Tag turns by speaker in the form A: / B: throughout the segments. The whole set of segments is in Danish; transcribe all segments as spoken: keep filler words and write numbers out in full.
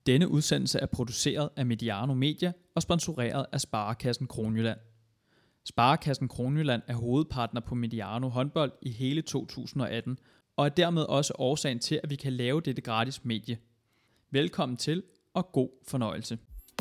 A: Denne udsendelse er produceret af Mediano Media og sponsoreret af Sparekassen Kronjylland. Sparekassen Kronjylland er hovedpartner på Mediano håndbold i hele to tusind og atten, og er dermed også årsagen til, at vi kan lave dette gratis medie. Velkommen til, og god fornøjelse.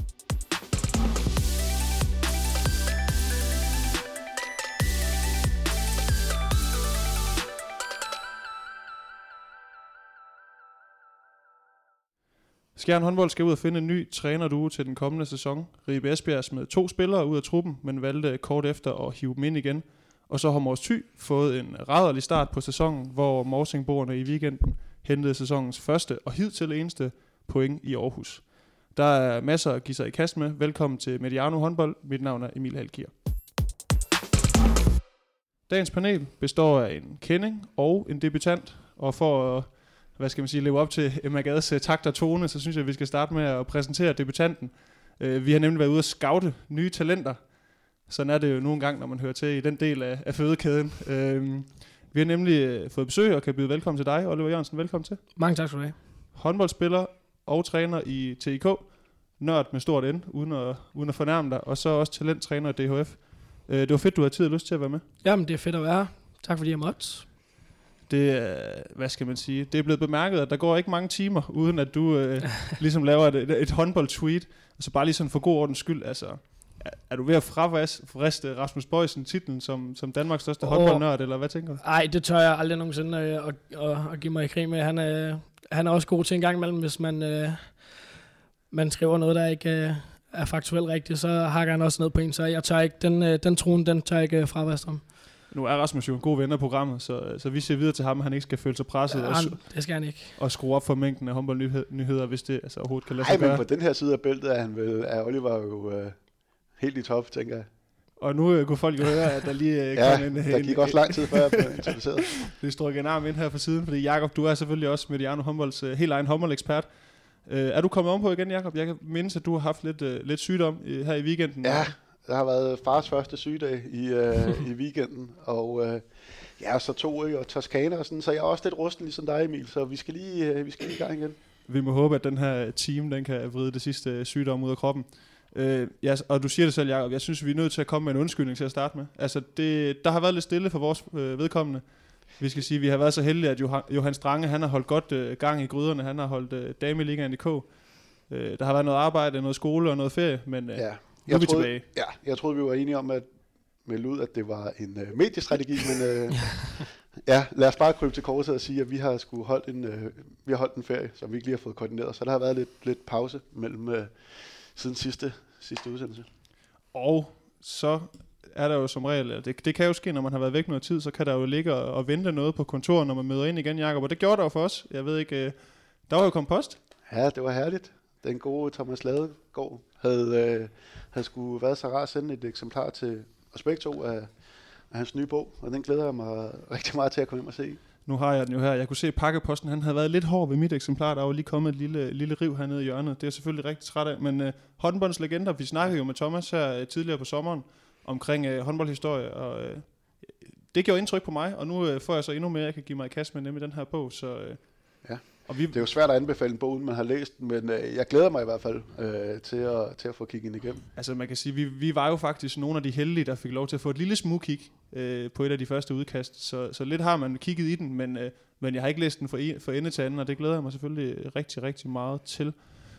B: Skjern håndbold skal ud og finde en ny trænerduo til den kommende sæson. Ribe Esbjerg smed to spillere ud af truppen, men valgte kort efter at hive dem ind igen. Og så har Mors Thy fået en rædderlig start på sæsonen, hvor morsingboerne i weekenden hentede sæsonens første og hidtil eneste point i Aarhus. Der er masser at give sig i kast med. Velkommen til Mediano håndbold. Mit navn er Emil Halkier. Dagens panel består af en kending og en debutant, og for at hvad skal man sige, leve op til Emma Gades uh, takt og tone, så synes jeg, at vi skal starte med at præsentere debutanten. Uh, vi har nemlig været ude at scoute nye talenter. Sådan er det jo nogle gange, når man hører til i den del af, af fødekæden. Uh, vi har nemlig uh, fået besøg og kan byde velkommen til dig, Oliver Jørgensen. Velkommen til.
C: Mange tak skal du have.
B: Håndboldspiller og træner i T I K. Nørd med stort N, uden at, uden at fornærme dig. Og så også talenttræner i D H F. Uh, det var fedt, du har tid og lyst til at være med.
C: Jamen, det er fedt at være. Tak fordi jeg måtte.
B: Det er, hvad skal man sige, det er blevet bemærket, at der går ikke mange timer, uden at du øh, ligesom laver et, et håndbold-tweet. Altså bare lige sådan for god ordens skyld, altså, er, er du ved at friste Rasmus Boysen titlen som, som Danmarks største oh. håndboldnørd, eller hvad tænker du?
C: Nej, det tør jeg aldrig nogensinde øh, at, at, at give mig i krig med. Han er, han er også god til en gang imellem, hvis man, øh, man skriver noget, der ikke øh, er faktuelt rigtigt, så hakker han også ned på en, så jeg tør ikke, den, øh, den troen, den tør jeg ikke fravæste om.
B: Nu er Rasmus jo en god ven af programmet, så, så vi ser videre til ham, at han ikke skal føle sig presset.
C: Ja,
B: og,
C: han, det skal han ikke.
B: Og skrue op for mængden af håndboldnyheder, hvis det altså, overhovedet kan lade sig
D: gøre.
B: Nej,
D: men på den her side af bæltet er, han vel, er Oliver jo øh, helt i top, tænker jeg.
B: Og nu øh, kunne folk jo høre, at der lige øh,
D: ja,
B: kom en...
D: der gik en, også lang tid før jeg blev introduceret.
B: Det står en arm ind her for siden, fordi Jakob, du er selvfølgelig også Mediano håndbolds øh, helt egen håndboldekspert. Øh, er du kommet om på igen, Jakob? Jeg kan mindes, at du har haft lidt, øh, lidt sygdom øh, her i weekenden.
D: Ja, der har været fars første sygedag i, øh, i weekenden, og... Øh, Ja, så to øer og Toskana og sådan, så jeg er også lidt rusten ligesom dig, Emil, så vi skal lige, øh, vi skal lige i gang igen.
B: Vi må håbe, at den her team, den kan vride det sidste sygdom ud af kroppen. Øh, ja, og du siger det selv, Jacob, jeg synes, vi er nødt til at komme med en undskyldning til at starte med. Altså, det, der har været lidt stille for vores øh, vedkommende. Vi skal sige, at vi har været så heldige, at Johan, Johan Strange, han har holdt godt øh, gang i gryderne, han har holdt øh, Dameligaen i K. Øh, der har været noget arbejde, noget skole og noget ferie, men øh,
D: ja.
B: nu
D: jeg
B: er vi
D: troede,
B: tilbage.
D: Ja, jeg troede, vi var enige om, at melde ud, at det var en øh, mediestrategi, men øh, ja, lad os bare krybe til korset og sige, at vi har sgu holdt en, øh, vi har holdt en ferie, som vi ikke lige har fået koordineret, så der har været lidt, lidt pause mellem øh, siden sidste, sidste udsendelse.
B: Og så er der jo som regel, det, det kan jo ske, når man har været væk noget tid, så kan der jo ligge og, og vente noget på kontoret, når man møder ind igen, Jakob, og det gjorde der jo for os. Jeg ved ikke, øh, der var jo kommet post.
D: Ja, det var herligt. Den gode Thomas Ladegaard havde, øh, havde sgu været så rar at sende et eksemplar til og begge to af, af hans nye bog, og den glæder jeg mig rigtig meget til at komme hjem og se.
B: Nu har jeg den jo her. Jeg kunne se, at pakkeposten han havde været lidt hård ved mit eksemplar. Der var lige kommet et lille, lille riv hernede i hjørnet. Det er jeg selvfølgelig rigtig træt af. Men uh, håndboldens legender, vi snakkede jo med Thomas her uh, tidligere på sommeren omkring uh, håndboldhistorie, og uh, det gjorde indtryk på mig, og nu uh, får jeg så endnu mere, jeg kan give mig i kast med nemlig den her bog. Så, uh,
D: ja.
B: Og vi
D: det er jo svært at anbefale en bog, uden man har læst den, men øh, jeg glæder mig i hvert fald øh, til, at, til at få kigget den igennem.
B: Altså man kan sige, vi, vi var jo faktisk nogle af de heldige, der fik lov til at få et lille smugkig øh, på et af de første udkast. Så, så lidt har man kigget i den, men, øh, men jeg har ikke læst den for, for ende til anden, og det glæder jeg mig selvfølgelig rigtig, rigtig meget til.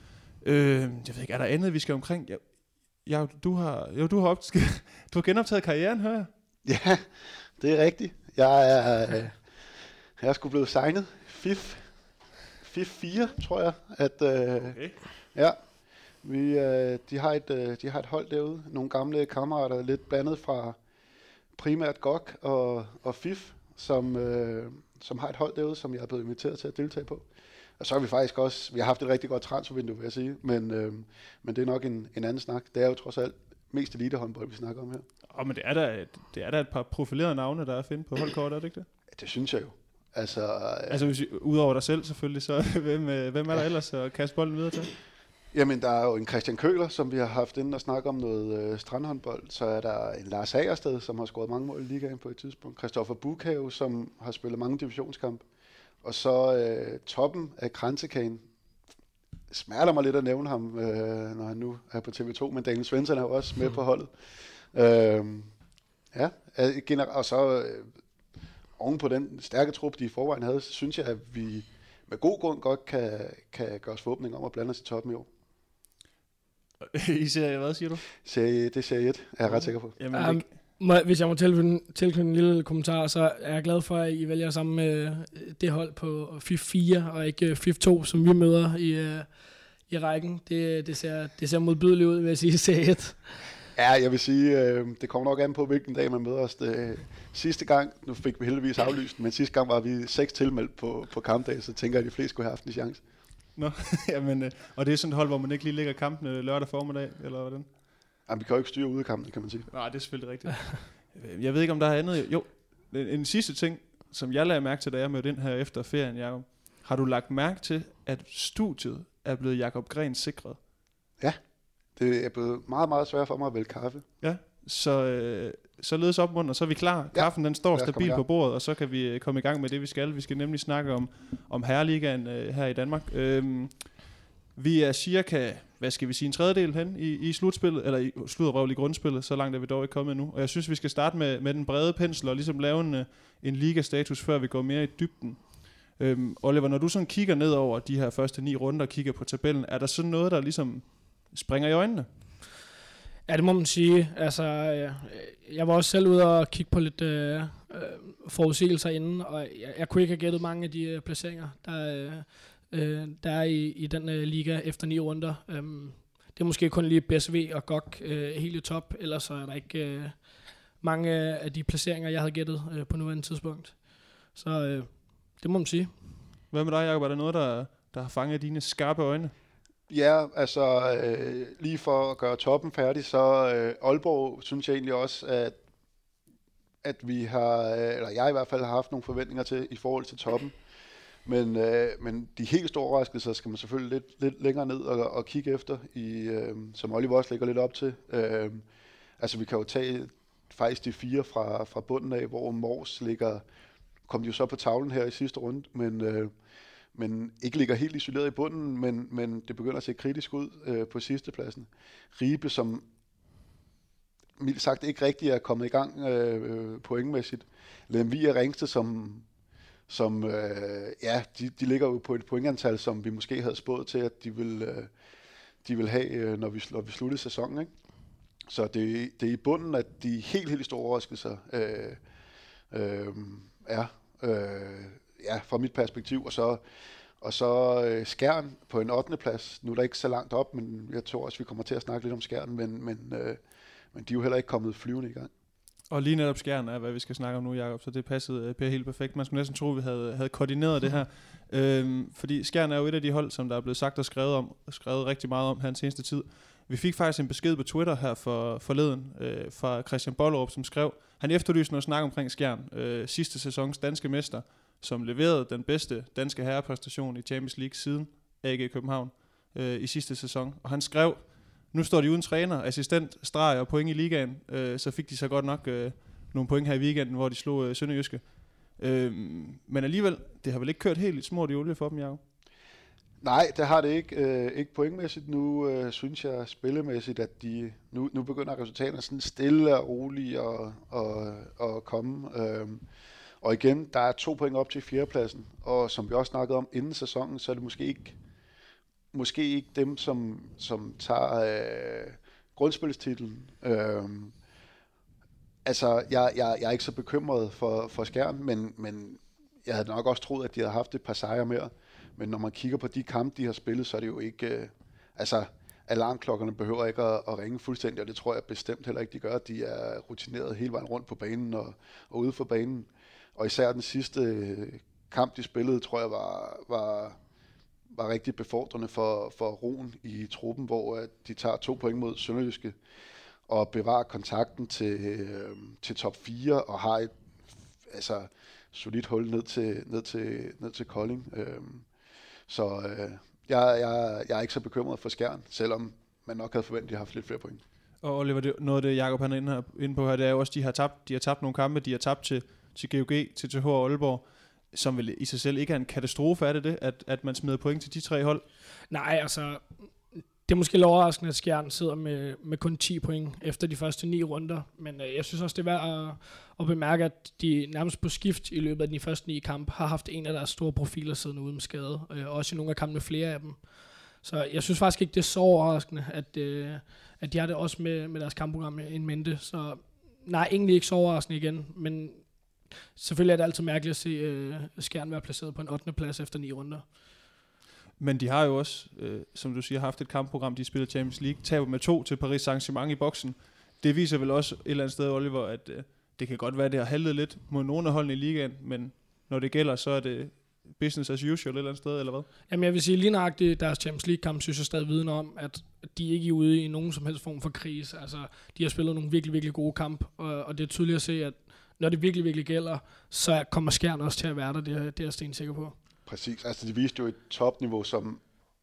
B: Øh, jeg ved ikke, er der andet, vi skal omkring? Jeg, jeg, du har, jo, du har, op, du har genoptaget karrieren, hører jeg.
D: Ja, det er rigtigt. Jeg er, øh, jeg er sgu blevet signet. F I F. F I F fire, tror jeg, at øh, okay. ja, vi, øh, de, har et, øh, de har et hold derude, nogle gamle kammerater, lidt blandet fra primært G O G og, og F I F, som, øh, som har et hold derude, som jeg er blevet inviteret til at deltage på. Og så har vi faktisk også, vi har haft et rigtig godt transfervindue, vil jeg sige, men, øh, men det er nok en, en anden snak. Det er jo trods alt mest elitehåndbold, vi snakker om her.
B: Oh, men det er, der, det er der et par profilerede navne, der er at finde på holdkort, er det ikke det?
D: Ja, det synes jeg jo. Altså,
B: altså hvis, udover dig selv selvfølgelig, så hvem, hvem er der ja. ellers at kaste bolden videre til?
D: Jamen, der er jo en Christian Køler, som vi har haft inden og snakke om noget øh, strandhåndbold. Så er der en Lars Agersted, som har scoret mange mål i ligaen på et tidspunkt. Christoffer Bukhave, som har spillet mange divisionskampe. Og så øh, toppen af kransekagen, smerter mig lidt at nævne ham, øh, når han nu er på T V to, men Daniel Svensson er jo også med på holdet. Øh, ja, og så øh, oven på den stærke trup, de i forvejen havde, så synes jeg, at vi med god grund godt kan, kan gøre os forhåbninger om at blande os i toppen i år.
B: I serie, hvad siger du?
D: Serie, det er serie et, er jeg ret sikker på.
C: Jamen, um, må, hvis jeg må tilknytte, tilknytte en lille kommentar, så er jeg glad for, at I vælger sammen med det hold på F I F fire, og ikke F I F to, som vi møder i, i rækken. Det, det, ser, det ser modbydeligt ud, vil jeg sige, serie et.
D: Ja, jeg vil sige, øh, det kommer nok an på, hvilken dag man møder os. Det, sidste gang, nu fik vi heldigvis aflyst, men sidste gang var vi seks tilmeldt på, på kampdag, så tænker jeg, at de fleste skulle have haft en chance.
B: Nå, jamen, øh, og det er sådan et hold, hvor man ikke lige lægger kampene lørdag formiddag, eller hvordan?
D: Jamen, vi kan jo ikke styre ude af kampen, kan man sige.
B: Nej, det er selvfølgelig rigtigt. Jeg ved ikke, om der er andet. Jo, en, en sidste ting, som jeg lagde mærke til, da jeg mødte ind her efter ferien, Jacob. Har du lagt mærke til, at studiet er blevet Jacob Green sikret?
D: Ja, det er blevet meget, meget svært for mig at vælge kaffe.
B: Ja, så, øh, så ledes op munden, og så er vi klar. Ja. Kaffen den står stabilt på bordet, og så kan vi komme i gang med det, vi skal. Vi skal nemlig snakke om, om herreligaen øh, her i Danmark. Øhm, vi er cirka, hvad skal vi sige, en tredjedel hen i, i slutspillet, eller i slutterøvl i grundspillet, så langt er vi dog ikke kommet endnu. Og jeg synes, vi skal starte med, med den brede pensel, og ligesom lave en, en ligastatus, før vi går mere i dybden. Øhm, Oliver, når du sådan kigger ned over de her første ni runder, og kigger på tabellen, er der sådan noget, der ligesom springer i øjnene?
C: Ja, det må man sige. Altså, jeg, jeg var også selv ude og kigge på lidt øh, forudsigelser inden, og jeg, jeg kunne ikke have gættet mange af de øh, placeringer, der, øh, der er i, i den øh, liga efter ni runder. Um, det er måske kun lige B S V og G O G øh, helt i top, ellers så er der ikke øh, mange af de placeringer, jeg havde gættet øh, på nuværende tidspunkt. Så øh, det må man sige.
B: Hvad med dig, Jacob? Er der noget, der, der har fanget dine skarpe øjne?
D: Ja, altså øh, lige for at gøre toppen færdig, så øh, Aalborg synes jeg egentlig også, at, at vi har, eller jeg i hvert fald har haft nogle forventninger til i forhold til toppen. Men, øh, men de helt store overraskelser skal man selvfølgelig lidt, lidt længere ned og, og kigge efter, i, øh, som Oliver også lægger lidt op til. Øh, altså vi kan jo tage faktisk de fire fra, fra bunden af, hvor Mors ligger, kom de jo så på tavlen her i sidste runde, men... Øh, men ikke ligger helt isoleret i bunden, men, men det begynder at se kritisk ud øh, på sidstepladsen. Ribe, som mildt sagt ikke rigtig er kommet i gang øh, pointmæssigt. Lemvig og Ringsted, som, som øh, ja, de, de ligger jo på et pointantal, som vi måske havde spået til, at de vil, øh, de vil have, øh, når, vi, når vi sluttede sæsonen. Ikke? Så det, det er i bunden, at de helt, helt store overraskelser øh, øh, er... Øh, ja, fra mit perspektiv, og så, og så øh, Skjern på en ottende plads. Nu er der ikke så langt op, men jeg tror også, vi kommer til at snakke lidt om Skjern, men, men, øh, men de er jo heller ikke kommet flyvende i gang.
B: Og lige netop Skjern er, hvad vi skal snakke om nu, Jacob, så det passede Per helt perfekt. Man skulle næsten tro, at vi havde, havde koordineret det her. Øhm, fordi Skjern er jo et af de hold, som der er blevet sagt og skrevet, om, skrevet rigtig meget om her den seneste tid. Vi fik faktisk en besked på Twitter her for forleden øh, fra Christian Bollerup, som skrev, han efterlyste noget snak omkring Skjern, øh, sidste sæsons danske mester, som leverede den bedste danske herrepræstation i Champions League siden A G København øh, i sidste sæson. Og han skrev, nu står de uden træner, assistent, streg og point i ligaen, øh, så fik de så godt nok øh, nogle point her i weekenden, hvor de slog øh, Sønderjyske. Øh, men alligevel, det har vel ikke kørt helt smurt i olie for dem, Jacob?
D: Nej, det har det ikke. Øh, ikke pointmæssigt. Nu øh, synes jeg spillemæssigt, at de nu, nu begynder resultaterne sådan stille og roligt at, at, at komme. Øh, Og igen, der er to point op til fjerdepladsen, og som vi også snakkede om inden sæsonen, så er det måske ikke, måske ikke dem, som, som tager øh, grundspilstitlen. Øh, altså, jeg, jeg, jeg er ikke så bekymret for, for Skjern, men, men jeg havde nok også troet, at de havde haft et par sejre mere. Men når man kigger på de kampe, de har spillet, så er det jo ikke... Øh, altså, alarmklokkerne behøver ikke at, at ringe fuldstændig, og det tror jeg bestemt heller ikke, de gør. De er rutineret hele vejen rundt på banen og, og ude for banen. Og især den sidste kamp, de spillede, tror jeg var, var, var rigtig befordrende for, for roen i truppen, hvor de tager to point mod Sønderjyske og bevarer kontakten til, øh, til top fire og har et altså, solidt hul ned til, ned til, ned til Kolding. Øh, så øh, jeg, jeg, jeg er ikke så bekymret for Skjern, selvom man nok havde forventet, at de har haft lidt flere point.
B: Og Oliver, det, noget af det, Jacob han er inde, her, inde på her, det er jo også, at de har tabt, de har tabt nogle kampe, de har tabt til til G O G, til T H og Aalborg. som vel i sig selv ikke er en katastrofe, er det det, at, at man smider point til de tre hold?
C: Nej, altså, det er måske lidt overraskende, at Skjern sidder med, med kun ti point efter de første ni runder, men øh, jeg synes også, det er værd at, at bemærke, at de nærmest på skift i løbet af de første ni kampe har haft en af deres store profiler siddende ude med skade, øh, også i nogle af kampene flere af dem. Så jeg synes faktisk ikke, det er så overraskende, at, øh, at de har det også med, med deres kampprogram in mente. Så nej, egentlig ikke så overraskende igen, men selvfølgelig er det altid mærkeligt at se øh, Skjern være placeret på en ottende plads efter ni runder.
B: Men de har jo også, øh, som du siger, haft et kampprogram, de spiller Champions League, taber med to til Paris Saint-Germain i boksen. Det viser vel også et eller andet sted, Oliver, at øh, det kan godt være, at det har haltet lidt mod nogle af holdene i ligaen, men når det gælder, så er det business as usual et eller andet sted, eller hvad? Jamen
C: jeg vil sige, lige nøjagtigt deres Champions League-kamp, synes jeg stadig viden om, at de ikke er ude i nogen som helst form for krise. Altså, de har spillet nogle virkelig, virkelig gode kamp, og, og det er tydeligt at se, at når det virkelig, virkelig gælder, så kommer Skjern også til at være der, det er, det er jeg stensikker på.
D: Præcis, altså de viste jo et topniveau, som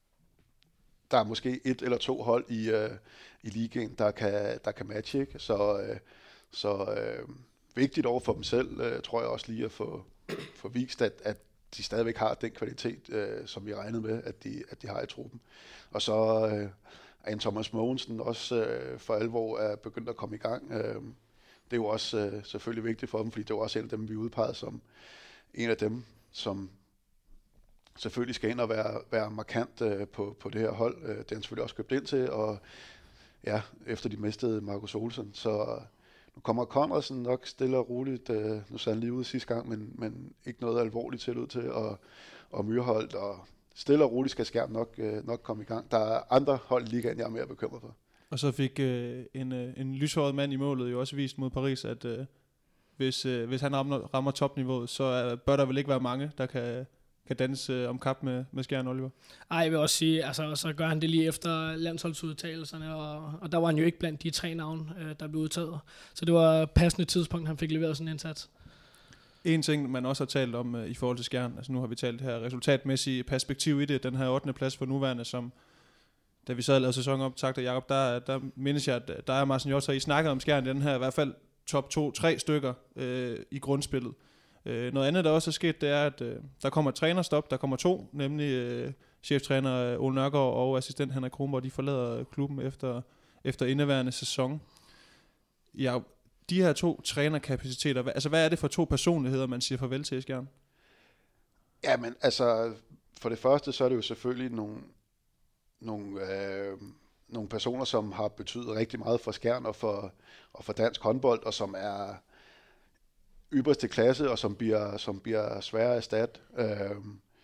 D: der er måske et eller to hold i, øh, i ligaen, der kan, der kan matche, ikke? Så, øh, så øh, vigtigt over for dem selv, øh, tror jeg også lige at få, få vist, at, at de stadigvæk har den kvalitet, øh, som vi regnede med, at de, at de har i truppen. Og så øh, er en Thomas Mogensen også øh, for alvor er begyndt at komme i gang. Øh, det er jo også øh, selvfølgelig vigtigt for dem, fordi det er jo også en af dem, vi udpegede som en af dem, som selvfølgelig skal ind og være, være markant øh, på, på det her hold. Øh, det er han selvfølgelig også købt ind til, og ja, efter de mistede Markus Olsen. Så nu kommer Conradsen nok stille og roligt. Øh, nu sad han lige ude sidste gang, men, men ikke noget alvorligt til ud til. Og, og Myrholdt, og stille og roligt skal Skjern nok, øh, nok komme i gang. Der er andre hold i ligaen, jeg er mere bekymret for.
B: Og så fik øh, en, øh, en lyshåret mand i målet jo også vist mod Paris, at øh, hvis, øh, hvis han rammer, rammer topniveauet, så øh, bør der vel ikke være mange, der kan... kan danse øh, om kap med, med Skjern, Oliver?
C: Ej, jeg vil også sige, altså, så gør han det lige efter landsholdsudtalelserne, og, og der var han jo ikke blandt de tre navne, øh, der blev udtaget. Så det var et passende tidspunkt, han fik leveret sådan en indsats.
B: En ting, man også har talt om øh, i forhold til Skjern, altså nu har vi talt det her resultatmæssige perspektiv i det, den her ottende plads for nuværende, som da vi så lavede sæsonoptakt af Jakob, der, der mindes jeg, at der er Martin Jotter, I snakkede om Skjern, den her i hvert fald top to, tre stykker øh, i grundspillet. Øh, noget andet, der også er sket, det er, at øh, der kommer et trænerstop, der kommer to, nemlig øh, cheftræner Ole Nørgaard og assistent Henrik Kronborg, de forlader klubben efter, efter indeværende sæson. Ja, de her to trænerkapaciteter, hva, altså hvad er det for to personligheder, man siger farvel til i Skjern?
D: Ja, men altså, for det første, så er det jo selvfølgelig nogle, nogle, øh, nogle personer, som har betydet rigtig meget for Skjern og for, og for dansk håndbold, og som er ypperste klasse, og som bliver, som bliver svære at erstatte. Øh,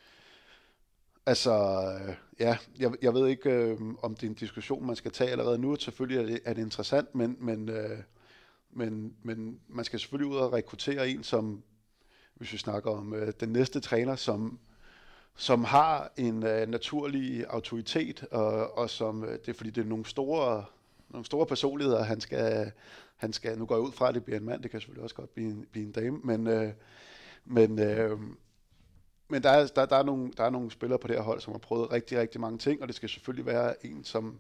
D: altså, øh, ja, jeg, jeg ved ikke, øh, om det er en diskussion, man skal tage allerede nu. Selvfølgelig er det, er det interessant, men, men, øh, men, men man skal selvfølgelig ud og rekruttere en, som, hvis vi snakker om øh, den næste træner, som, som har en øh, naturlig autoritet, og, og som, øh, det er fordi, det er nogle store, nogle store personligheder, han skal... Han skal, nu går jeg ud fra, at det bliver en mand, det kan selvfølgelig også godt blive en, blive en dame, men, øh, men, øh, men der, er, der, der, er nogle, der er nogle spillere på det her hold, som har prøvet rigtig, rigtig mange ting, og det skal selvfølgelig være en, som,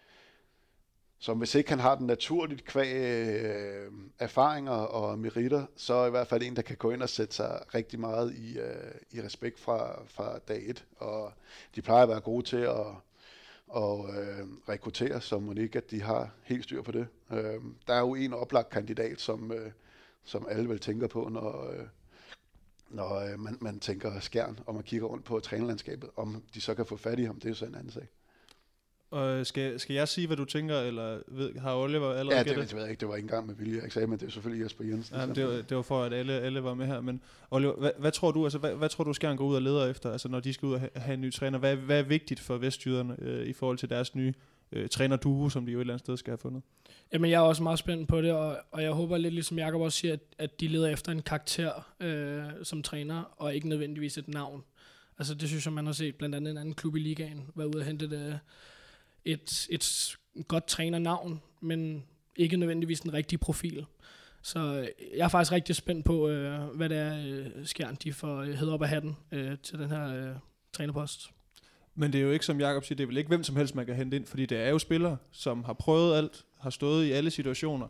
D: som hvis ikke han har den naturligt kvæg øh, erfaringer og meritter, så er i hvert fald en, der kan gå ind og sætte sig rigtig meget i, øh, i respekt fra, fra dag et, og de plejer at være gode til at og øh, rekruttere, så må ikke, at de har helt styr på det. Øh, der er jo en oplagt kandidat, som, øh, som alle vel tænker på, når, øh, når øh, man, man tænker Skjern, og man kigger rundt på trænerlandskabet. Om de så kan få fat i ham, det er jo så en anden sag.
B: Og skal, skal jeg sige, hvad du tænker, eller ved, har Oliver allerede
D: ja,
B: gættet?
D: det, det ved jeg ikke, det var ikke engang med vilje, jeg sagde, men det er selvfølgelig Jesper Jensen.
B: Ja, det, var, det var for, at alle, alle var med her. Men Oliver, hvad, hvad tror du, altså, hvad, hvad tror du, Skjern går ud og leder efter, altså, når de skal ud og have, have en ny træner? Hvad, hvad er vigtigt for vestjyderne øh, i forhold til deres nye øh, trænerduo, som de jo et eller andet sted skal have fundet?
C: Jamen, jeg er også meget spændt på det, og, og jeg håber lidt, ligesom Jakob også siger, at, at de leder efter en karakter øh, som træner, og ikke nødvendigvis et navn. Altså, det synes jeg, man har set blandt andet en anden klub i ligaen, være ude og hente det, et, et godt trænernavn, men ikke nødvendigvis den rigtige profil. Så jeg er faktisk rigtig spændt på, øh, hvad det er, øh, Skjern de får øh, hed op af hatten øh, til den her øh, trænerpost.
B: Men det er jo ikke, som Jakob siger, det er vel ikke hvem som helst, man kan hente ind, fordi det er jo spillere, som har prøvet alt, har stået i alle situationer,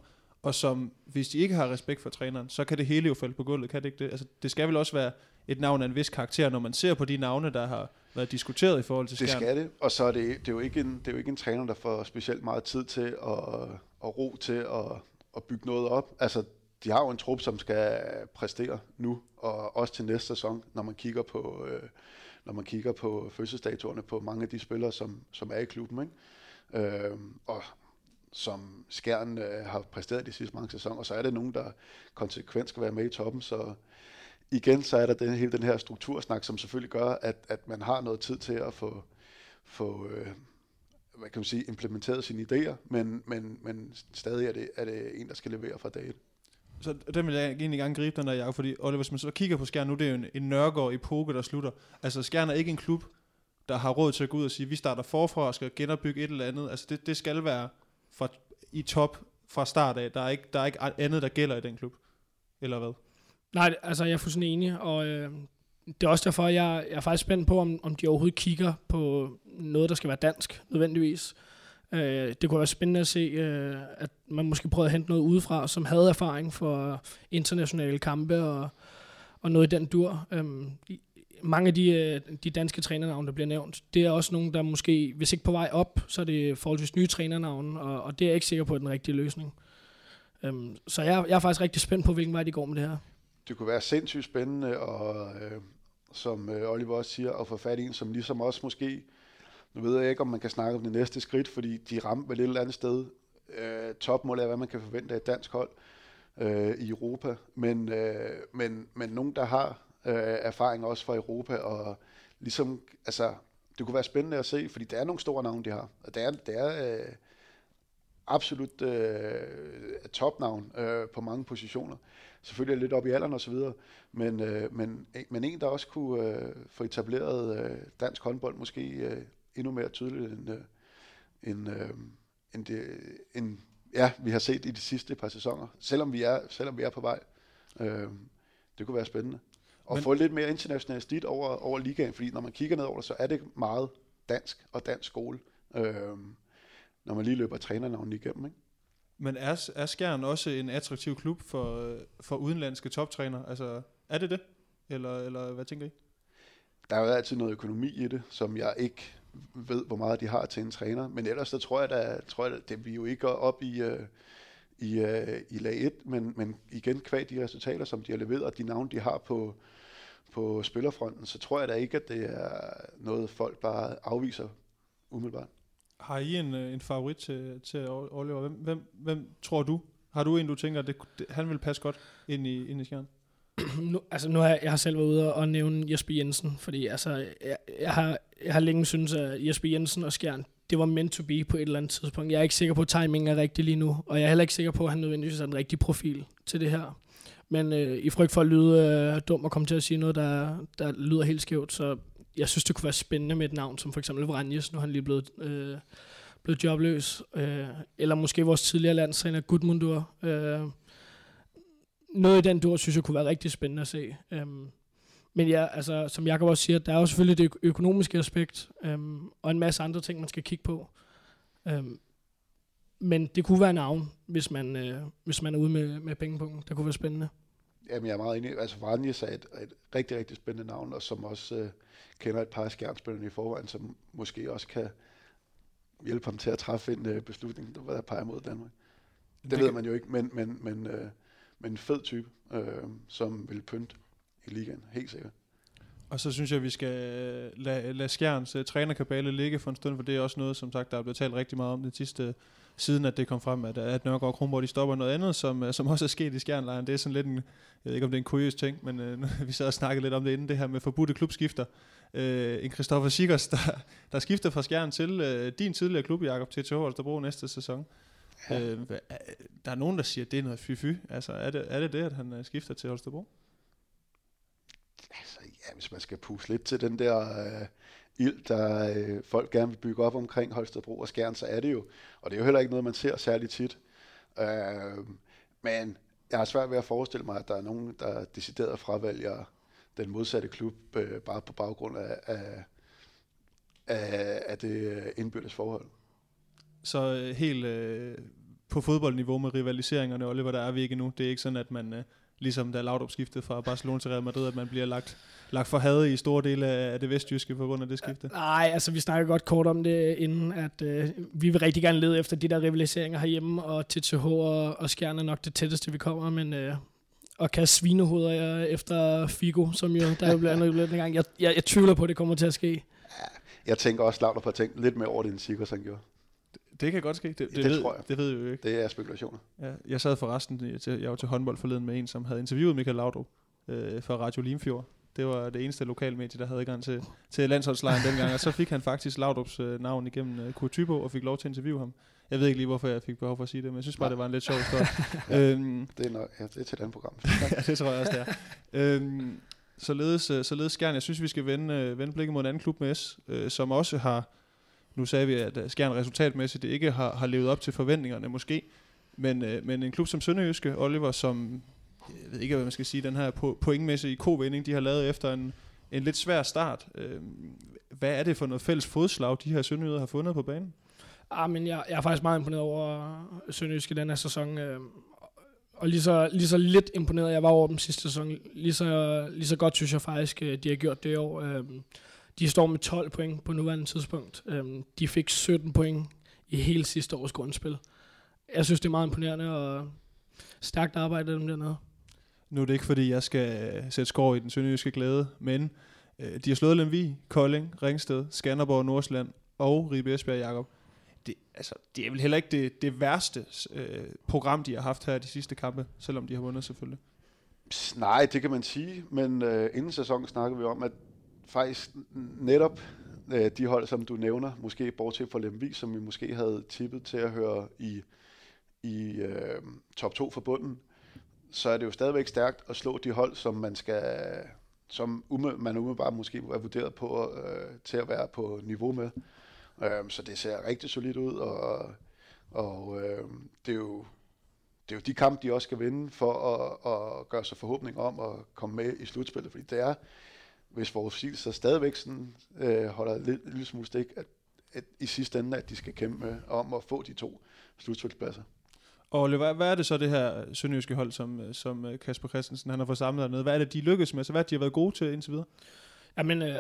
B: og som, hvis de ikke har respekt for træneren, så kan det hele jo falde på gulvet, kan det ikke det? Altså, det skal vel også være et navn af en vis karakter, når man ser på de navne, der har været diskuteret i forhold til Skjern.
D: Det skal det, og så er det, det, er jo ikke en, det er jo ikke en træner, der får specielt meget tid til at, at ro til at, at bygge noget op. Altså, de har jo en trup, som skal præstere nu, og også til næste sæson, når man kigger på, øh, når man kigger på fødselsdatorerne på mange af de spillere, som, som er i klubben, ikke? Øh, og som Skjern øh, har præsteret de sidste mange sæsoner, og så er det nogen, der konsekvent skal være med i toppen, så igen, så er der den, hele den her struktursnak, som selvfølgelig gør, at, at man har noget tid til at få, få øh, hvad kan man sige, implementeret sine idéer, men, men, men stadig er det, er det en, der skal levere fra dag et.
B: Så den vil jeg egentlig gerne gribe, den der, Jacob, fordi Oliver, hvis man så kigger på Skjern nu, det er jo en, en Nørgaard epoke, der slutter. Altså Skjern er ikke en klub, der har råd til at gå ud og sige, vi starter forfra og skal genopbygge et eller andet. Altså det, det skal være fra, i top fra start af. Der er, ikke, der er ikke andet, der gælder i den klub. Eller hvad? Nej,
C: altså jeg er fuldstændig enig, og øh, det er også derfor, jeg, jeg er faktisk spændt på, om, om de overhovedet kigger på noget, der skal være dansk, nødvendigvis. Øh, det kunne være spændende at se, øh, at man måske prøvede at hente noget udefra, som havde erfaring for internationale kampe og, og noget i den dur. Øh, mange af de, de danske trænernavne, der bliver nævnt, det er også nogle, der måske, hvis ikke på vej op, så er det forholdsvis nye trænernavne, og, og det er jeg ikke sikker på, at den rigtige løsning. Øh, så jeg, jeg er faktisk rigtig spændt på, hvilken vej de går med det her.
D: Det kunne være sindssygt spændende, og øh, som øh, Oliver også siger, at få fat i en, som ligesom også måske, nu ved jeg ikke, om man kan snakke om det næste skridt, fordi de ramte vel et eller andet sted. Øh, topmål er, hvad man kan forvente af et dansk hold øh, i Europa, men, øh, men, men nogen, der har øh, erfaring også fra Europa, og ligesom, altså, det kunne være spændende at se, fordi der er nogle store navne, de har, og det er, det er øh, absolut øh, topnavn øh, på mange positioner. Selvfølgelig er lidt op i alderen og så videre, men, øh, men, men en, der også kunne øh, få etableret øh, dansk håndbold måske øh, endnu mere tydeligt end, øh, end, øh, end, det, end ja, vi har set i de sidste par sæsoner, selvom vi er, selvom vi er på vej. Øh, det kunne være spændende. Og men, få lidt mere international stil over, over ligaen, fordi når man kigger ned over det, så er det meget dansk og dansk skole, øh, når man lige løber trænernavnet igennem, ikke?
B: Men er, er Skjern også en attraktiv klub for, for udenlandske toptrænere? Altså, er det det? Eller, eller hvad tænker I?
D: Der er jo altid noget økonomi i det, som jeg ikke ved, hvor meget de har til en træner. Men ellers så tror jeg, der, tror jeg, det vi jo ikke går op i, uh, i, uh, i lag et, men, men igen kvad de resultater, som de har leveret, og de navne, de har på, på spillerfronten, så tror jeg da ikke, at det er noget, folk bare afviser umiddelbart.
B: Har I en, en favorit til, til Oliver? Hvem, hvem, hvem tror du? Har du en, du tænker, at det, det, han vil passe godt ind i, ind i Skjern?
C: Nu, altså nu har jeg, jeg har selv været ude og nævne Jesper Jensen, fordi altså, jeg, jeg, har, jeg har længe syntes, at Jesper Jensen og Skjern, det var meant to be på et eller andet tidspunkt. Jeg er ikke sikker på, at timingen er rigtig lige nu, og jeg er heller ikke sikker på, at han nødvendigvis er en rigtig profil til det her. Men øh, i frygt for at lyde øh, dum og komme til at sige noget, der, der lyder helt skævt, så jeg synes, det kunne være spændende med et navn, som for eksempel Vranjes, nu er han lige blevet, øh, blevet jobløs, øh, eller måske vores tidligere landstræner Gudmundur. Øh, noget i den dur, synes jeg kunne være rigtig spændende at se. Øh, men ja, altså, som Jacob også siger, der er jo selvfølgelig det økonomiske aspekt, øh, og en masse andre ting, man skal kigge på. Øh, men det kunne være navn, hvis man, øh, hvis man er ude med, med pengepunkten. Det kunne være spændende.
D: Jamen, jeg er meget enig. Altså, Vranjes er et, et rigtig, rigtig spændende navn, og som også øh, kender et par af skærmspillerne i forvejen, som måske også kan hjælpe ham til at træffe en øh, beslutning, der peger mod Danmark. Det, det ved kan... man jo ikke, men, men, men, øh, men en fed type, øh, som vil pynte i ligaen, helt sikkert.
B: Og så synes jeg, at vi skal lade, lade Skjerns uh, trænerkabale ligge for en stund, for det er også noget, som sagt, der er blevet talt rigtig meget om det sidste, siden at det kom frem, at, at Nørgaard og Kronborg, de stopper noget andet, som, som også er sket i Skjernlejren. Det er sådan lidt en, jeg ved ikke om det er en kuriøs ting, men uh, vi sad og snakkede lidt om det inden, det her med forbudte klubskifter. Uh, en Christoffer Sikkers, der, der skifter fra Skjern til uh, din tidligere klub, Jacob, til T H Holstebro næste sæson. Ja. Uh, der er nogen, der siger, at det er noget fy-fy. Altså, er det, er det det, at han uh, skifter til Holstebro?
D: Altså, ja, hvis man skal puste lidt til den der øh, ild, der øh, folk gerne vil bygge op omkring Holstebro og Skjern, så er det jo. Og det er jo heller ikke noget, man ser særlig tit. Øh, men jeg har svært ved at forestille mig, at der er nogen, der decideret fravælger den modsatte klub, øh, bare på baggrund af, af, af, af det indbyrdes forhold.
B: Så helt øh, på fodboldniveau med rivaliseringerne, Oliver, der er vi ikke endnu. Det er ikke sådan, at man, øh, ligesom da Laudrup skiftede fra Barcelona til Real Madrid, at man bliver lagt, lagt for had i store dele af det vestjyske på grund af det skifte.
C: Nej, altså vi snakker godt kort om det inden, at øh, vi vil rigtig gerne lede efter de der rivaliseringer herhjemme, og T T H og, og Skjern er nok det tætteste, vi kommer, men... Øh, og kaste svinehoveder efter Figo, som jo, der er jo blandt andet en gang. Jeg, jeg, jeg tvivler på, at det kommer til at ske.
D: Ja, jeg tænker også, Laudrup har tænkt lidt mere over det, end Sigurds han gjorde.
B: Det, det kan godt ske. Det, det,
D: det
B: ved,
D: tror jeg.
B: Det ved vi jo ikke.
D: Det er spekulationer.
B: Ja, jeg sad forresten, jeg var til håndbold forleden med en, som havde interviewet Michael Laudrup øh, fra Radio Limfjord. Det var det eneste lokalmedie, der havde adgang til, til landsholdslejren dengang, og så fik han faktisk Laudrups øh, navn igennem øh, Kurt Thybo og fik lov til at interviewe ham. Jeg ved ikke lige, hvorfor jeg fik behov for at sige det, men jeg synes bare, det var en lidt sjov historie. øhm,
D: det, er nok, ja, det er til et andet program.
B: ja, det tror jeg også, det er. øhm, således, således Skjern, jeg synes, vi skal vende, vende blikket mod en anden klub med S, øh, som også har, nu sagde vi, at Skjern resultatmæssigt det ikke har, har levet op til forventningerne måske, men, øh, men en klub som Sønderjyske, Oliver, som, jeg ved ikke, hvad man skal sige, den her pointmæssige kovinding, de har lavet efter en, en lidt svær start. Øh, hvad er det for noget fælles fodslag, de her sønderjyder har fundet på banen?
C: Ah, men jeg, jeg er faktisk meget imponeret over Sønderjyske den her sæson. Øh, og lige så, lige så lidt imponeret, jeg var over dem sidste sæson. Lige så, lige så godt synes jeg faktisk, de har gjort det i år. Øh, de står med tolv point på nuværende tidspunkt. Øh, de fik sytten point i hele sidste års grundspil. Jeg synes, det er meget imponerende og stærkt arbejde dem dernede.
B: Nu er det ikke, fordi jeg skal sætte skår i den sønderjyske glæde, men øh, de har slået Lemvig, Kolding, Ringsted, Skanderborg, Nordsjælland og Ribe Esbjerg, Jakob. Det, altså, det er vel heller ikke det, det værste øh, program, de har haft her de sidste kampe, selvom de har vundet selvfølgelig.
D: Pss, nej, det kan man sige, men øh, inden sæsonen snakker vi om, at faktisk netop øh, de hold, som du nævner, måske bortset fra Lemvig, som vi måske havde tippet til at høre i, i øh, top to for bunden, så er det jo stadigvæk stærkt at slå de hold, som man skal, som ume, man umiddelbart måske er vurderet på øh, til at være på niveau med. Um, så det ser rigtig solidt ud, og, og øh, det, er jo, det er jo de kampe, de også skal vinde for at, at gøre sig forhåbning om at komme med i slutspillet, fordi det er, hvis vores stil så stadigvæk sådan, øh, holder lidt, lidt lille smule stik, at, at i sidste ende, at de skal kæmpe om at få de to slutspilspladser.
B: Og Oliver, hvad er det så det her sønderjyske hold, som, som Kasper Christensen han har fået samlet dernede? Hvad er det, de lykkes med? Så hvad er det, de har været gode til indtil videre?
C: Jamen, øh,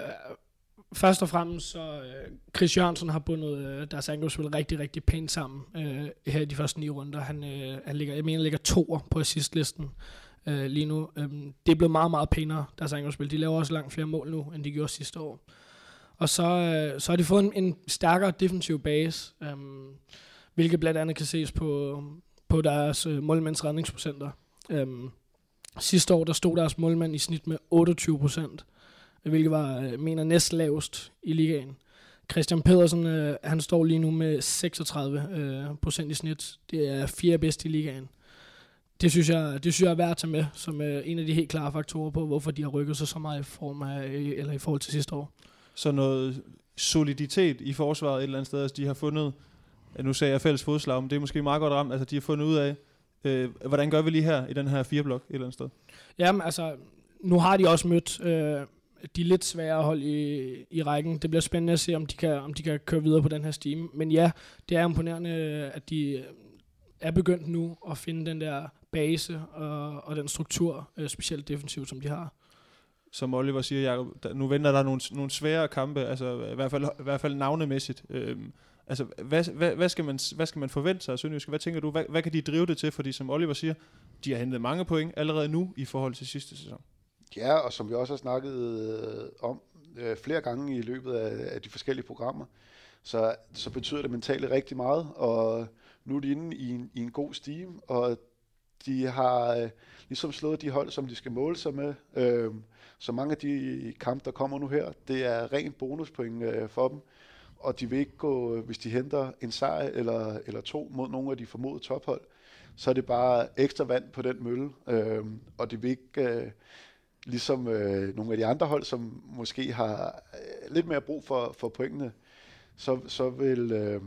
C: først og fremmest så øh, Chris Jørgensen har bundet øh, deres angrebsspil rigtig, rigtig pænt sammen øh, her i de første ni runder. Han, øh, han ligger, jeg mener, ligger toer på assistlisten øh, lige nu. Øh, det er blevet meget, meget pænere, deres angrebsspil. De laver også langt flere mål nu, end de gjorde sidste år. Og så, øh, så har de fået en, en stærkere defensiv base, øh, hvilket blandt andet kan ses på, på deres øh, målmænds redningsprocenter. Øh, sidste år, der stod deres målmand i snit med otteogtyve procent. Hvilket var, øh, mener, næst lavest i ligaen. Christian Pedersen, øh, han står lige nu med seksogtredive procent i snit. Det er fjerde bedst i ligaen. Det synes jeg, det synes jeg er værd at tage med, som øh, en af de helt klare faktorer på, hvorfor de har rykket sig så meget i, form af, eller i forhold til sidste år.
B: Så noget soliditet i forsvaret et eller andet sted, altså de har fundet, nu sagde jeg fælles fodslag, men det er måske meget godt ramt, altså de har fundet ud af, øh, hvordan gør vi lige her i den her fire blok et eller andet sted?
C: Jamen altså, nu har de også mødt øh, de lidt svære hold i, i rækken. Det bliver spændende at se, om de, kan, om de kan køre videre på den her stime. Men ja, det er imponerende, at de er begyndt nu at finde den der base og, og den struktur, øh, specielt defensivt, som de har.
B: Som Oliver siger, Jacob, nu venter der nogle, nogle svære kampe, altså i hvert fald, i hvert fald navnemæssigt. Øhm, altså, hvad, hvad, hvad, skal man, hvad skal man forvente sig af Sønderjyske? Hvad tænker du, hvad, hvad kan de drive det til? Fordi som Oliver siger, de har hentet mange point allerede nu i forhold til sidste sæson.
D: Ja, og som vi også har snakket øh, om øh, flere gange i løbet af, af de forskellige programmer, så, så betyder det mentale rigtig meget, og nu er de inde i en, i en god stime, og de har øh, ligesom slået de hold, som de skal måle sig med. Øh, så mange af de kampe, der kommer nu her, det er rent bonuspoint øh, for dem, og de vil ikke gå, hvis de henter en sejr eller, eller to mod nogle af de formodede tophold, så er det bare ekstra vand på den mølle, øh, og de vil ikke... Øh, Ligesom øh, nogle af de andre hold, som måske har øh, lidt mere brug for, for pointene, så, så vil øh,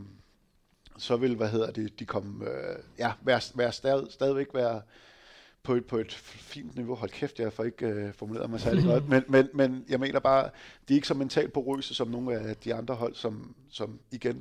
D: så vil hvad hedder det, de komme øh, ja være, være stad, stadigvæk være på et på et fint niveau. Hold kæft, jeg får ikke øh, formuleret mig særlig godt, men men men jeg mener bare, de er ikke så mentalt porøse som nogle af de andre hold, som som igen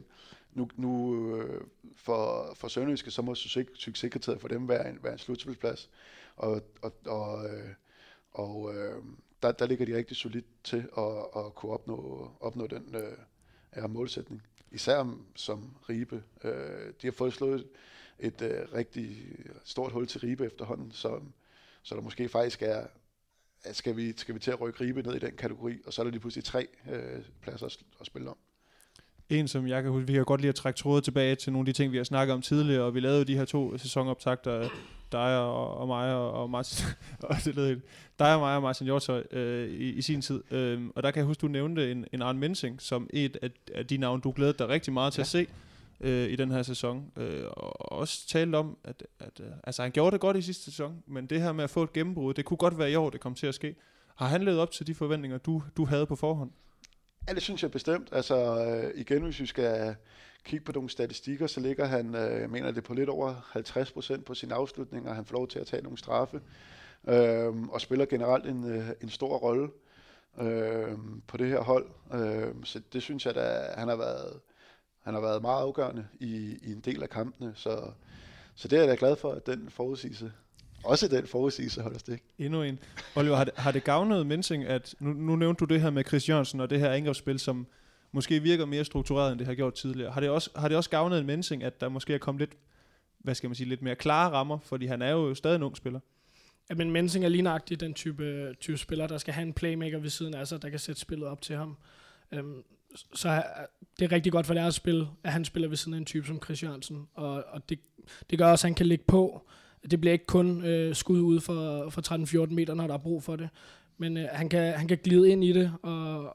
D: nu, nu øh, for, for Sønderjyske, så må succeskriteriet for dem være en, være en slutspilsplads. Og, og, og, øh, og øh, der, der ligger de rigtig solidt til at, at kunne opnå, opnå den øh, målsætning. Især som Ribe. Øh, de har fået slået et øh, rigtig stort hul til Ribe efterhånden, så, så der måske faktisk er, skal vi, skal vi til at rykke Ribe ned i den kategori, og så er der lige pludselig tre øh, pladser at, at spille om. En,
B: som jeg kan huske, vi kan godt lide at trække trådet tilbage til nogle af de ting, vi har snakket om tidligere, og vi lavede de her to sæsonoptagter, dig og, og mig og, og Martin, og det lød, dig og mig og Martin Hjortøj øh, i, i sin tid. Øh, og der kan jeg huske, du nævnte en, en Arne Mensing som et af, af de navne, du glædede dig rigtig meget til ja. at se øh, i den her sæson. Øh, og også talte om, at, at øh, altså, han gjorde det godt i sidste sæson, men det her med at få et gennembrud, det kunne godt være i år, det kom til at ske. Har han levet op til de forventninger, du, du havde på forhånd?
D: Ja, det synes jeg bestemt. Altså øh, igen, hvis vi skal kigge på nogle statistikker, så ligger han, øh, jeg mener det på lidt over halvtreds procent på sine afslutninger. Han får lov til at tage nogle straffe, øh, og spiller generelt en, øh, en stor rolle øh, på det her hold. Øh, så det synes jeg, at han har været, han har været meget afgørende i, i en del af kampene. Så, så det er jeg da glad for, at den forudsigelse Også den forudsigelse holder stik.
B: Endnu en. Oliver, har det, har det gavnet Mensing, at nu, nu nævnte du det her med Chris Jørgensen og det her angrebsspil, som måske virker mere struktureret, end det har gjort tidligere. Har det også, har det også gavnet en Mensing, at der måske er kommet lidt, hvad skal man sige, lidt mere klare rammer, fordi han er jo stadig en ung spiller?
C: Ja, men Mensing er lige nøjagtig den type, type spiller, der skal have en playmaker ved siden af sig, der kan sætte spillet op til ham. Um, så det er rigtig godt for deres spil, at han spiller ved siden af en type som Chris Jørgensen, og, og det, det gør også, at han kan ligge på. Det bliver ikke kun øh, skud ud for, for tretten fjorten meter, når der er brug for det. Men øh, han, kan, han kan glide ind i det. Og,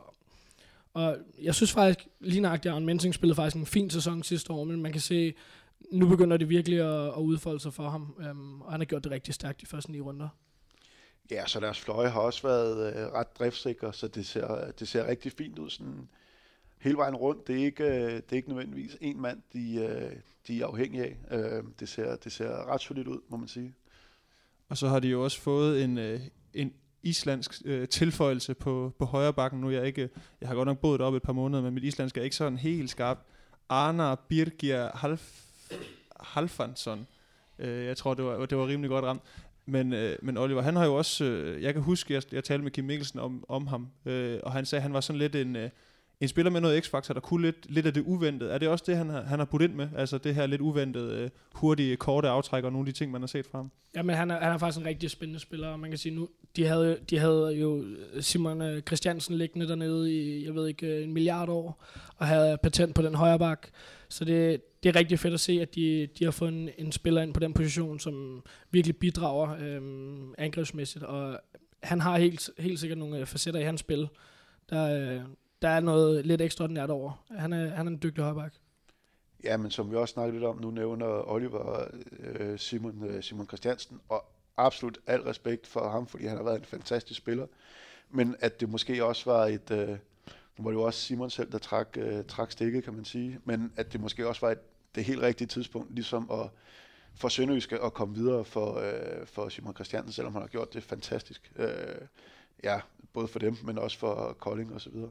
C: og jeg synes faktisk, lige nøjagtigt, at Arne Mensing spillede faktisk en fin sæson sidste år. Men man kan se, nu begynder det virkelig at, at udfolde sig for ham. Um, og han har gjort det rigtig stærkt de første ni runder.
D: Ja, så deres fløje har også været øh, ret driftsikre, så det ser, det ser rigtig fint ud sådan hele vejen rundt. Det er ikke, øh, det er ikke nødvendigvis en mand, de, øh, de er afhængige af. Øh, det, ser, det ser ret solidt ud, må man sige.
B: Og så har de jo også fået en, øh, en islandsk øh, tilføjelse på, på højre bakken. Nu er jeg ikke, jeg har godt nok boet deroppe et par måneder, men mit islandsk er ikke sådan helt skarp. Arnar Birgir Half, Halfansson. Øh, jeg tror, det var, det var rimelig godt ramt. Men, øh, men Oliver, han har jo også, øh, jeg kan huske, jeg, jeg talte med Kim Mikkelsen om, om ham, øh, og han sagde, at han var sådan lidt en, øh, en spiller med noget x-faktor, der kunne lidt, lidt af det uventede. Er det også det, han har, han har puttet ind med? Altså det her lidt uventede, øh, hurtige, korte aftræk og nogle af de ting, man har set fra ham?
C: Ja, men han er, han er faktisk en rigtig spændende spiller, og man kan sige nu, de havde, de havde jo Simon Christiansen liggende dernede i, jeg ved ikke, en milliard år, og havde patent på den højre bak. Så det, det er rigtig fedt at se, at de, de har fået en, en spiller ind på den position, som virkelig bidrager øhm, angrebsmæssigt, og han har helt, helt sikkert nogle facetter i hans spil, der, der er noget lidt ekstraordinært over. Han er, han er en dygtig højre bak.
D: Ja, men som vi også snakkede lidt om, nu nævner Oliver øh, Simon, øh, Simon Christiansen, og absolut al respekt for ham, fordi han har været en fantastisk spiller, men at det måske også var et, øh, nu var det jo også Simon selv, der trak, øh, trak stikket, kan man sige, men at det måske også var et, det helt rigtige tidspunkt, ligesom at for Sønderjyske at komme videre for, øh, for Simon Christiansen, selvom han har gjort det fantastisk. Øh, ja, både for dem, men også for Kolding og så videre.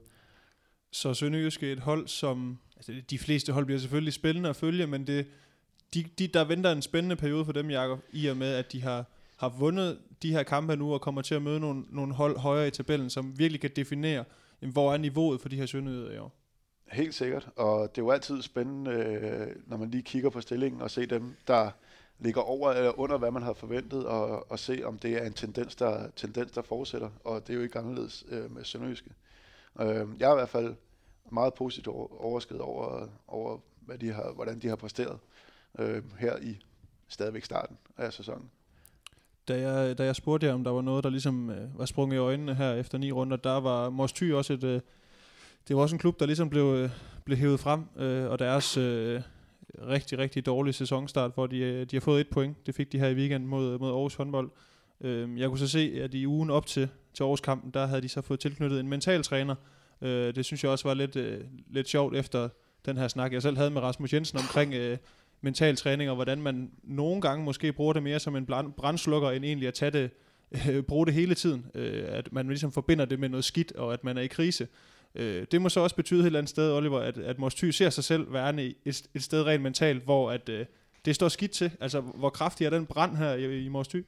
B: Så Sønderjyske er et hold, som altså de fleste hold bliver selvfølgelig spændende at følge, men det, de, de, der venter en spændende periode for dem, Jakob, i og med, at de har, har vundet de her kampe nu, og kommer til at møde nogle, nogle hold højere i tabellen, som virkelig kan definere, hvor er niveauet for de her Sønderjyder i år.
D: Helt sikkert, og det er jo altid spændende, når man lige kigger på stillingen, og se dem, der ligger over eller under, hvad man har forventet, og, og se, om det er en tendens, der, tendens, der fortsætter, og det er jo ikke anderledes øh, med Sønderjyske. Øh, jeg er i hvert fald meget positivt overrasket over, over hvad de har, hvordan de har præsteret øh, her i stadigvæk starten af sæsonen.
B: Da jeg, da jeg spurgte jer, om der var noget, der ligesom øh, var sprunget i øjnene her efter ni runder, der var Mors Thy også et, øh, det var også en klub, der ligesom blev, øh, blev hævet frem, øh, og deres øh, rigtig, rigtig dårlige sæsonstart, hvor de, øh, de har fået et point. Det fik de her i weekenden mod, mod Aarhus håndbold. Øh, jeg kunne så se, at i ugen op til, til Aarhus-kampen, der havde de så fået tilknyttet en mental træner. Øh, det synes jeg også var lidt, øh, lidt sjovt efter den her snak, jeg selv havde med Rasmus Jensen omkring øh, mental træning, og hvordan man nogle gange måske bruger det mere som en brandslukker, end egentlig at tage det, øh, bruge det hele tiden. Øh, at man ligesom forbinder det med noget skidt, og at man er i krise. Øh, det må så også betyde et eller andet sted, Oliver, at, at Mors Thy ser sig selv værende i et, et sted rent mentalt, hvor at, øh, det står skidt til. Altså, hvor kraftig er den brand her i, i Mors Thy?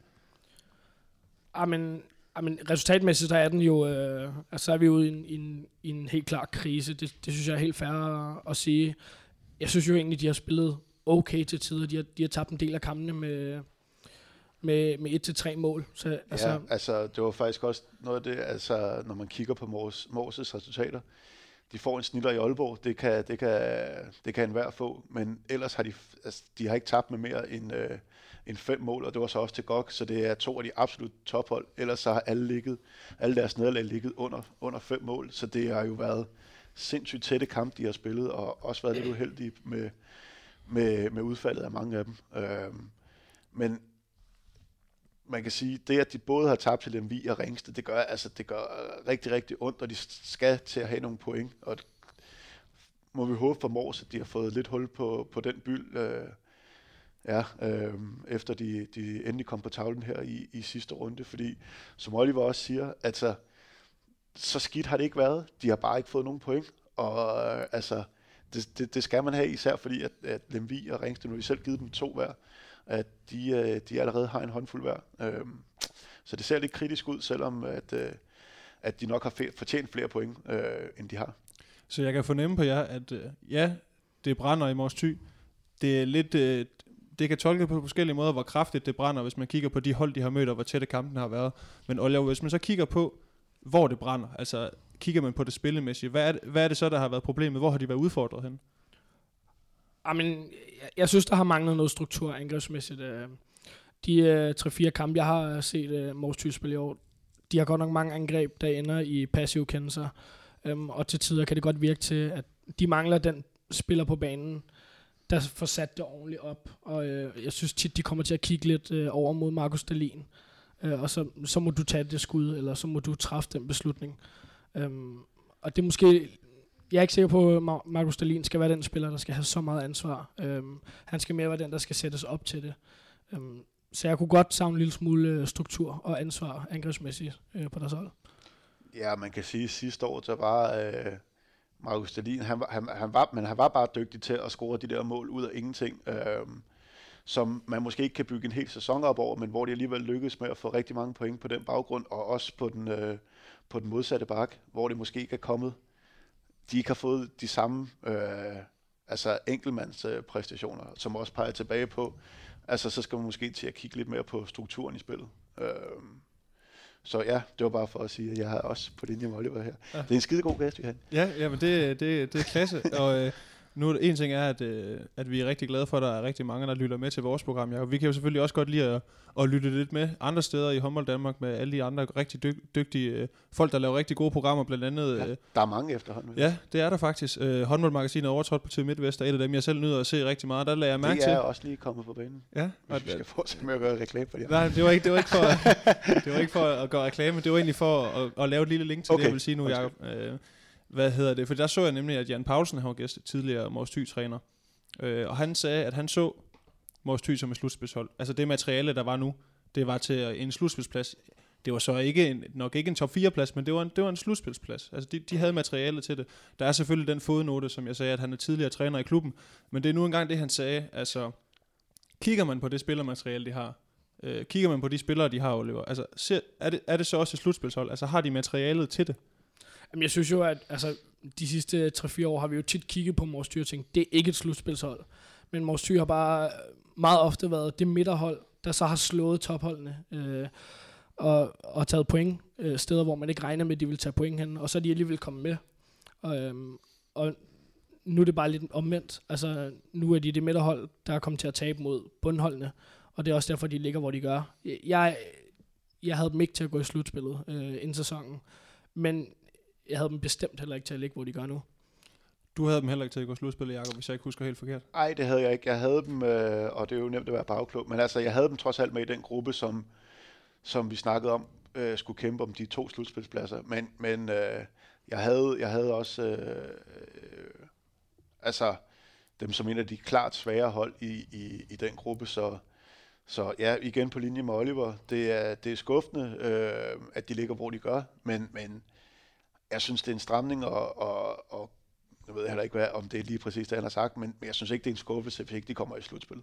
C: Amen, amen, resultatmæssigt der er den jo, øh, altså er vi ude i en, i en, i en helt klar krise. Det, det synes jeg er helt fair at, at sige. Jeg synes jo egentlig, de har spillet okay til tider. De har, de har tabt en del af kampene med, med, med et til tre mål. Så, altså,
D: ja, altså det var faktisk også noget af det, altså når man kigger på Mors, Mors' resultater. De får en snitter i Aalborg, det kan, det kan, det kan enhver få, men ellers har de, altså, de har ikke tabt med mere end, øh, end fem mål, og det var så også til G O G, så det er to af de absolut tophold. Ellers så har alle, ligget, alle deres nederlag ligget under, under fem mål, så det har jo været sindssygt tætte kampe, de har spillet, og også været lidt uheldige med, med, med udfaldet af mange af dem. Øhm, men man kan sige, det at de både har tabt til Lemvig og Ringsted, det gør, altså, det gør rigtig, rigtig ondt, og de skal til at have nogle point. Og det må vi håbe for Mors, at de har fået lidt hul på, på den byld, øh, ja, øh, efter de, de endelig kom på tavlen her i, i sidste runde. Fordi, som Oliver også siger, altså, så skidt har det ikke været. De har bare ikke fået nogen point. Og øh, altså, det, det, det skal man have, især fordi, at, at Lemvig og Ringsted, nu har vi selv givet dem to hver, at de, de allerede har en håndfuld hver. Øhm, så det ser lidt kritisk ud, selvom at, øh, at de nok har fortjent flere point, øh, end de har.
B: Så jeg kan fornemme på jer, at øh, ja, det brænder i Mors Thy. Det er lidt, øh, det kan tolkes på forskellige måder, hvor kraftigt det brænder, hvis man kigger på de hold, de har mødt, og hvor tætte kampen har været. Men Oliver, hvis man så kigger på, hvor det brænder, altså kigger man på det spillemæssige, hvad er det, hvad er det så, der har været problemet? Hvor har de været udfordret hen?
C: Amen, jeg, jeg synes, der har manglet noget struktur angrebsmæssigt. De tre fire kampe, jeg har set uh, Mors Thy spille i år, de har godt nok mange angreb, der ender i passive kendelser. Um, og til tider kan det godt virke til, at de mangler den spiller på banen, der får sat det ordentligt op. Og uh, jeg synes tit, de kommer til at kigge lidt uh, over mod Markus Dahlin. Uh, og så, så må du tage det skud, eller så må du træffe den beslutning. Um, og det er måske... Jeg er ikke sikker på, at Markus Dahlin skal være den spiller, der skal have så meget ansvar. Um, han skal mere være den, der skal sættes op til det. Um, så jeg kunne godt savne en lille smule struktur og ansvar angrebsmæssigt uh, på deres hold.
D: Ja, man kan sige, at sidste år, der var øh, Markus Dahlin, han, han, han var, men han var bare dygtig til at score de der mål ud af ingenting, øh, som man måske ikke kan bygge en hel sæson op over, men hvor de alligevel lykkedes med at få rigtig mange point på den baggrund, og også på den, øh, på den modsatte bakke, hvor det måske ikke er kommet. De ikke har fået de samme øh, altså enkeltmandspræstationer, øh, som også peger tilbage på. Altså, så skal man måske til at kigge lidt mere på strukturen i spillet. Øh, så ja, det var bare for at sige, at jeg har også på linje med Oliver her. Ja. Det er en skidegod gæst, vi har.
B: Ja, ja, men det, det, det er klasse. Og øh, nu er en ting er, at, øh, at vi er rigtig glade for, at der er rigtig mange, der lytter med til vores program. Ja, vi kan jo selvfølgelig også godt lide at, at lytte lidt med andre steder i Håndbold Danmark med alle de andre rigtig dyg, dygtige øh, folk, der laver rigtig gode programmer, blandt andet...
D: Ja,
B: øh,
D: der er mange efterhånden.
B: Ja, det er der faktisk. Øh, Håndboldmagasinet Overtrådt på T V Midtvest er et af dem, jeg selv nyder at se rigtig meget. Der lader jeg mærke til.
D: Det er til. Også lige kommet på banen.
B: Ja.
D: Hvis vi skal fortsætte med at gøre reklame for det.
B: Nej, det var ikke, det var ikke, for, det var ikke for at gøre reklame. Det var egentlig for at, at lave et lille link til okay. det, jeg vil sige nu, Jacob. Øh, Hvad hedder det? For der så jeg nemlig, at Jan Paulsen, han var gæst, tidligere Mors Thy-træner. Øh, og han sagde, at han så Mors Thy som et slutspilshold. Altså det materiale, der var nu, det var til en slutspilsplads. Det var så ikke en, nok ikke en top fire plads, men det var en, det var en slutspilsplads. Altså de, de havde materiale til det. Der er selvfølgelig den fodnote, som jeg sagde, at han er tidligere træner i klubben. Men det er nu engang det, han sagde. Altså, kigger man på det spillermateriale, de har, øh, kigger man på de spillere, de har, Oliver, altså, ser, er, det, er det så også et slutspilshold? Altså har de materialet til det?
C: Jamen, jeg synes jo, at altså, de sidste tre fire år har vi jo tit kigget på Mors Thy og tænkt, det er ikke et slutspilshold. Men Mors Thy har bare meget ofte været det midterhold, der så har slået topholdene øh, og, og taget point øh, steder, hvor man ikke regner med, at de vil tage point hen, og så er de alligevel kommet med. Og, øh, og nu er det bare lidt omvendt. Altså, nu er de det midterhold, der er kommet til at tabe mod bundholdene, og det er også derfor, de ligger, hvor de gør. Jeg, jeg havde dem ikke til at gå i slutspillet øh, inden sæsonen, men jeg havde dem bestemt heller ikke til at ligge, hvor de gør nu.
B: Du havde dem heller ikke til at gå i slutspillet, Jacob, hvis jeg ikke husker helt forkert.
D: Nej, det havde jeg ikke. Jeg havde dem, øh, og det er jo nemt at være bagklog, men altså, jeg havde dem trods alt med i den gruppe, som, som vi snakkede om, øh, skulle kæmpe om de to slutspilspladser. Men, men øh, jeg, havde, jeg havde også øh, øh, altså, dem som en af de klart svære hold i, i, i den gruppe, så, så ja, igen på linje med Oliver. Det er, det er skuffende, øh, at de ligger, hvor de gør, men, men jeg synes, det er en stramning, og, og, og jeg ved heller ikke, hvad, om det er lige præcis det, han har sagt, men, men jeg synes ikke, det er en skuffelse, hvis ikke de kommer i slutspil.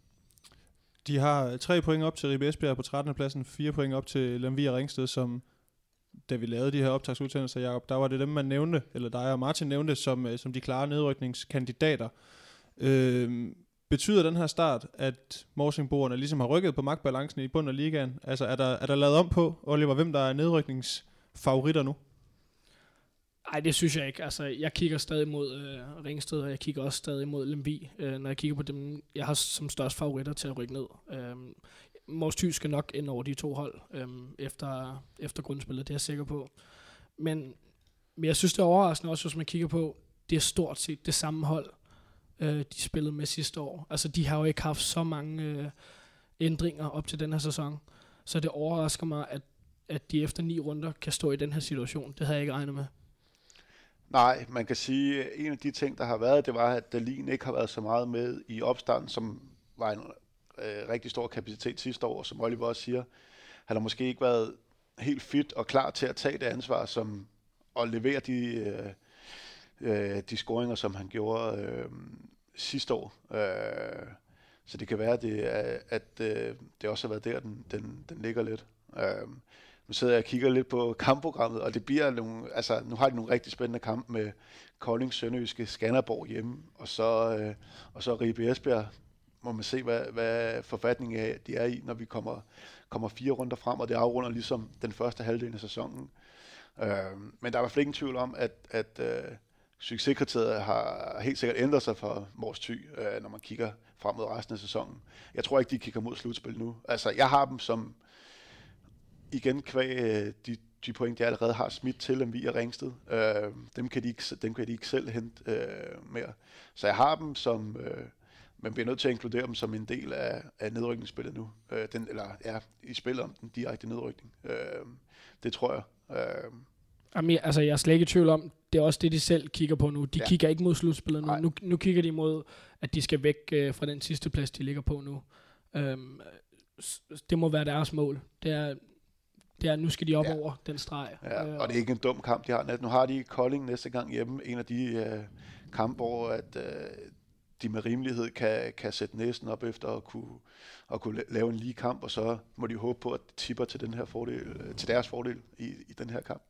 B: De har tre point op til Ribe Esbjerg på trettende pladsen, fire point op til Lemvig og Ringsted, som da vi lavede de her optagsudsendelser, Jacob, der var det dem, man nævnte, eller dig og Martin nævnte, som, som de klare nedrykningskandidater. Øh, betyder den her start, at morsingboerne ligesom har rykket på magtbalancen i bunden af ligaen? Altså er der, er der lavet om på, Oliver, hvem der er nedrykningsfavoritter nu?
C: Nej, det synes jeg ikke. Altså, jeg kigger stadig mod øh, Ringsted, og jeg kigger også stadig mod Lemvig, øh, når jeg kigger på dem, jeg har som størst favoritter til at rykke ned. Øh, Mors Thy skal nok ind over de to hold øh, efter, efter grundspillet, det er jeg sikker på. Men, men jeg synes, det er overraskende også, hvis man kigger på, det er stort set det samme hold, øh, de spillede med sidste år. Altså, de har jo ikke haft så mange øh, ændringer op til den her sæson, så det overrasker mig, at, at de efter ni runder kan stå i den her situation. Det havde jeg ikke regnet med.
D: Nej, man kan sige, at en af de ting, der har været, det var, at Dahlin ikke har været så meget med i opstarten, som var en øh, rigtig stor kapacitet sidste år, som Oliver også siger. Han har måske ikke været helt fit og klar til at tage det ansvar, som at levere de, øh, øh, de scoringer, som han gjorde øh, sidste år. Øh, så det kan være, det, at øh, det også har været der, den, den, den ligger lidt. Øh, Nu sidder jeg og kigger lidt på kampprogrammet, og det bliver nogle, altså nu har de nogle rigtig spændende kampe med Kolding, Sønderjyske, Skanderborg hjemme, og så, øh, og så Ribe Esbjerg. Må man se, hvad, hvad forfatningen de er i, når vi kommer, kommer fire runder frem, og det afrunder ligesom den første halvdel af sæsonen. Øh, men der er i hvert fald ingen tvivl om, at, at øh, succeskriteriet har helt sikkert ændret sig for Mors Thy, øh, når man kigger frem mod resten af sæsonen. Jeg tror ikke, de kigger mod slutspil nu. Altså, jeg har dem som igen kvæg de, de point, de allerede har smidt til Lemvig og Ringsted. Øh, dem, kan de ikke, dem kan de ikke selv hente øh, mere. Så jeg har dem som, øh, man bliver nødt til at inkludere dem som en del af, af nedrykningsspillet nu. Øh, den, eller ja, i spillet om den direkte nedrykning. Øh, det tror jeg. Øh.
C: Jamen, altså, jeg er slet ikke i tvivl om, det er også det, de selv kigger på nu. De ja. kigger ikke mod slutspillet nu. nu. Nu kigger de mod, at de skal væk øh, fra den sidste plads, de ligger på nu. Øh, det må være deres mål. Det er Det er, nu skal de op ja. over den streg.
D: Ja, og det er ikke en dum kamp, de har. Nu har de Kolding næste gang hjemme. En af de øh, kampe, hvor at, øh, de med rimelighed kan, kan sætte næsten op efter at kunne, at kunne lave en lige kamp, og så må de håbe på, at det tipper til, den her fordel, til deres fordel i, i den her kamp.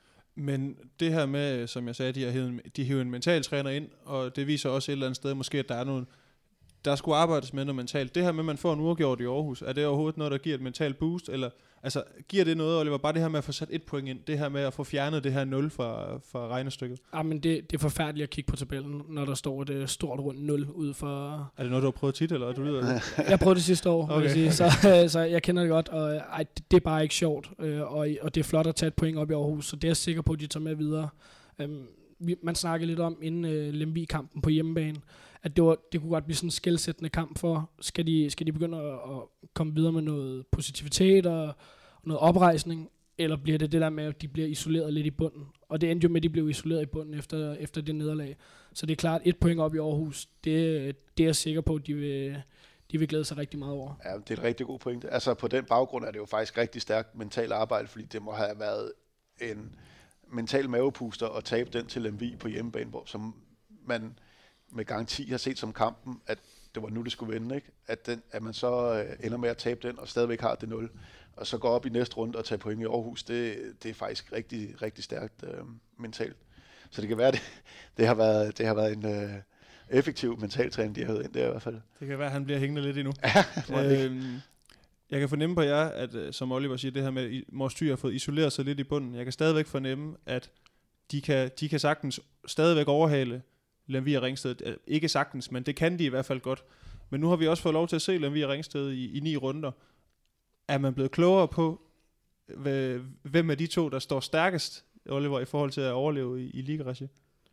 B: Men det her med, som jeg sagde, de har hivet, de hiver en mental træner ind, og det viser også et eller andet sted måske, at der er noget, der skulle arbejdes med noget mentalt. Det her med, at man får en uafgjort i Aarhus, er det overhovedet noget, der giver et mentalt boost? Eller altså, giver det noget, Oliver? Bare det her med at få sat et point ind, det her med at få fjernet det her nul fra, fra regnestykket?
C: Ja, men det, det er forfærdeligt at kigge på tabellen, når der står et stort rundt nul ude for...
B: Er det noget, du har prøvet tit, eller du lyder?
C: Jeg prøvede det sidste år,
B: okay.
C: vil jeg sige. Så, så jeg kender det godt, og ej, det er bare ikke sjovt. Og, og det er flot at tage et point op i Aarhus, så det er jeg sikker på, at de tager med videre. Um, man snakkede lidt om inden uh, Lemvig-kampen på hjemmebane, at det, var, det kunne godt blive sådan en skelsættende kamp for, skal de, skal de begynde at, at komme videre med noget positivitet og, og noget oprejsning, eller bliver det det der med, at de bliver isoleret lidt i bunden? Og det endte jo med, at de blev isoleret i bunden efter, efter det nederlag. Så det er klart, et point op i Aarhus, det, det er jeg sikker på, at de vil, de vil glæde sig rigtig meget over.
D: Ja, det er et rigtig god point. Altså på den baggrund er det jo faktisk rigtig stærkt mentalt arbejde, fordi det må have været en mental mavepuster at tabe den til Lemvig på hjemmebane, hvor som man med garanti har set som kampen, at det var nu, det skulle vende, ikke? At, den, at man så øh, ender med at tabe den, og stadigvæk har det nul, og så går op i næste runde og tager point i Aarhus, det, det er faktisk rigtig, rigtig stærkt øh, mentalt. Så det kan være, det, det, har, været, det har været en øh, effektiv mentaltræning, de har hørt ind der i hvert fald.
B: Det kan være, at han bliver hængende lidt endnu.
D: Ja,
B: øhm, jeg kan fornemme på jer, at som Oliver siger, det her med, at Mors Thy har fået isoleret sig lidt i bunden. Jeg kan stadigvæk fornemme, at de kan, de kan sagtens stadigvæk overhale Lemvig og Ringsted. Ikke sagtens, men det kan de i hvert fald godt. Men nu har vi også fået lov til at se Lemvig og Ringsted i, i ni runder. Er man blevet klogere på, hvem af de to, der står stærkest, Oliver, i forhold til at overleve i, i ligaregi?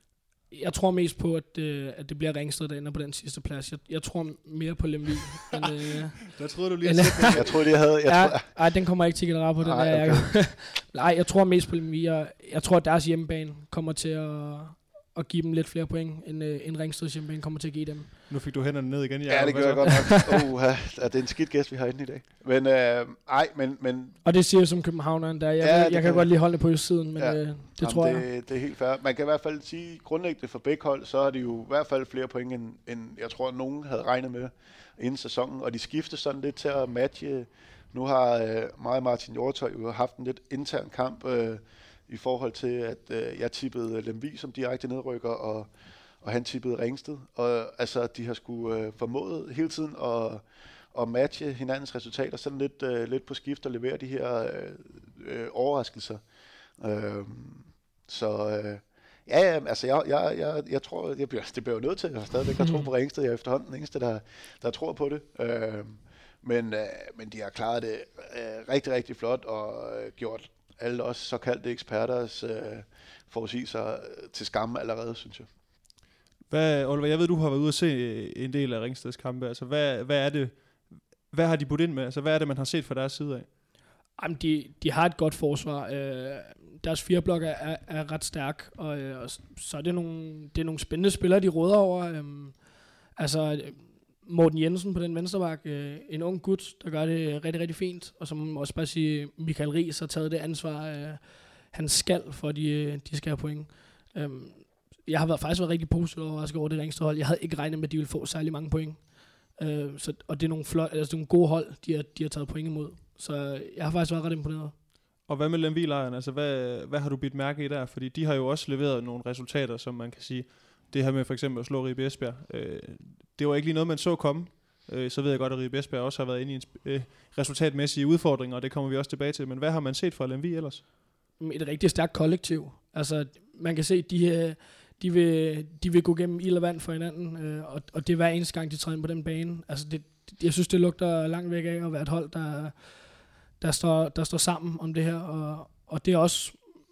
C: Jeg tror mest på, at, øh, at det bliver Ringsted, der ender på den sidste plads. Jeg, jeg tror mere på Lemvig. end, øh,
B: der troede du lige, at
D: jeg troede, jeg havde... Jeg
C: ja,
D: tror...
C: ej, den kommer ikke til at get på, den
D: Ej,
C: der.
D: okay.
C: Nej, jeg tror mest på Lemvig, og jeg tror, at deres hjemmebane kommer til at, at give dem lidt flere point, end, øh, end Ringsted simpelthen kommer til at give dem.
B: Nu fik du hænderne ned igen.
D: Ja, det gør jeg godt nok. Oh, ja, det er en skidt gæst, vi har inde i dag. Men, øh, ej, men, men...
C: Og det siger jeg som københavneren der. Jeg,
D: Ja,
C: jeg,
D: det
C: jeg kan
D: kan
C: godt lige holde det på siden, men
D: Ja.
C: øh, det
D: Jamen,
C: tror
D: det,
C: jeg.
D: det er helt fair. Man kan i hvert fald sige, grundlæggende for begge hold, så har de jo i hvert fald flere point, end, end jeg tror, nogen havde regnet med inden sæsonen. Og de skifter sådan lidt til at matche. Nu har øh, mig og Martin Hjortøj jo haft en lidt intern kamp øh, i forhold til, at øh, jeg tippede Lemvig som direkte nedrykker, og, og han tippede Ringsted. Og altså, de har sgu øh, formået hele tiden at, at matche hinandens resultater, sådan lidt, øh, lidt på skift og levere de her øh, øh, overraskelser. Øh, så øh, ja, ja, altså jeg, jeg, jeg, jeg tror, jeg bliver, det bliver jo nødt til at stadigvæk at tro på Ringsted. Jeg er efterhånden den eneste, der, der tror på det. Øh, men, øh, men de har klaret det øh, rigtig, rigtig flot og øh, gjort alle os såkaldte eksperters øh, forudsigelser til skamme allerede, synes jeg.
B: Hvad, Oliver, jeg ved, du har været ude at se en del af Ringsteds kampe. Altså, hvad, hvad er det, hvad har de budt ind med? Altså, hvad er det, man har set fra deres side af?
C: Jamen, de, de har et godt forsvar. Øh, deres fireblok er, er, er ret stærk, og, øh, og så er det nogle, det er nogle spændende spillere, de råder over. Øh, altså, Morten Jensen på den venstreback, øh, en ung gut, der gør det rigtig, rigtig fint, og som man også bare sige, Michael Ries har taget det ansvar, øh, han skal, for de, de skal have point. Øh, jeg har været, faktisk været rigtig positiv overrasket over det Ringsted hold. Jeg havde ikke regnet med, at de ville få særlig mange point. Øh, så, og det er nogle, flot, altså, det er nogle gode hold, de har, de har taget point imod. Så jeg har faktisk været ret imponeret. Og
B: hvad med Lemvig-lejren? Altså, hvad, hvad har du bidt mærke i der? Fordi de har jo også leveret nogle resultater, som man kan sige, det her med for eksempel at slå Ribe Esbjerg. Øh, det var ikke lige noget, man så komme. Øh, så ved jeg godt, at Ribe Esbjerg også har været inde i en øh, resultatmæssige udfordring, og det kommer vi også tilbage til. Men hvad har man set fra Lemvig ellers?
C: Et rigtig stærkt kollektiv. Altså, man kan se, de, de, vil, de vil gå gennem ild og vand for hinanden, øh, og, og det er hver eneste gang, de træder ind på den bane. Altså, det, jeg synes, det lugter langt væk af at være et hold, der, der, står, der står sammen om det her, og, og det er også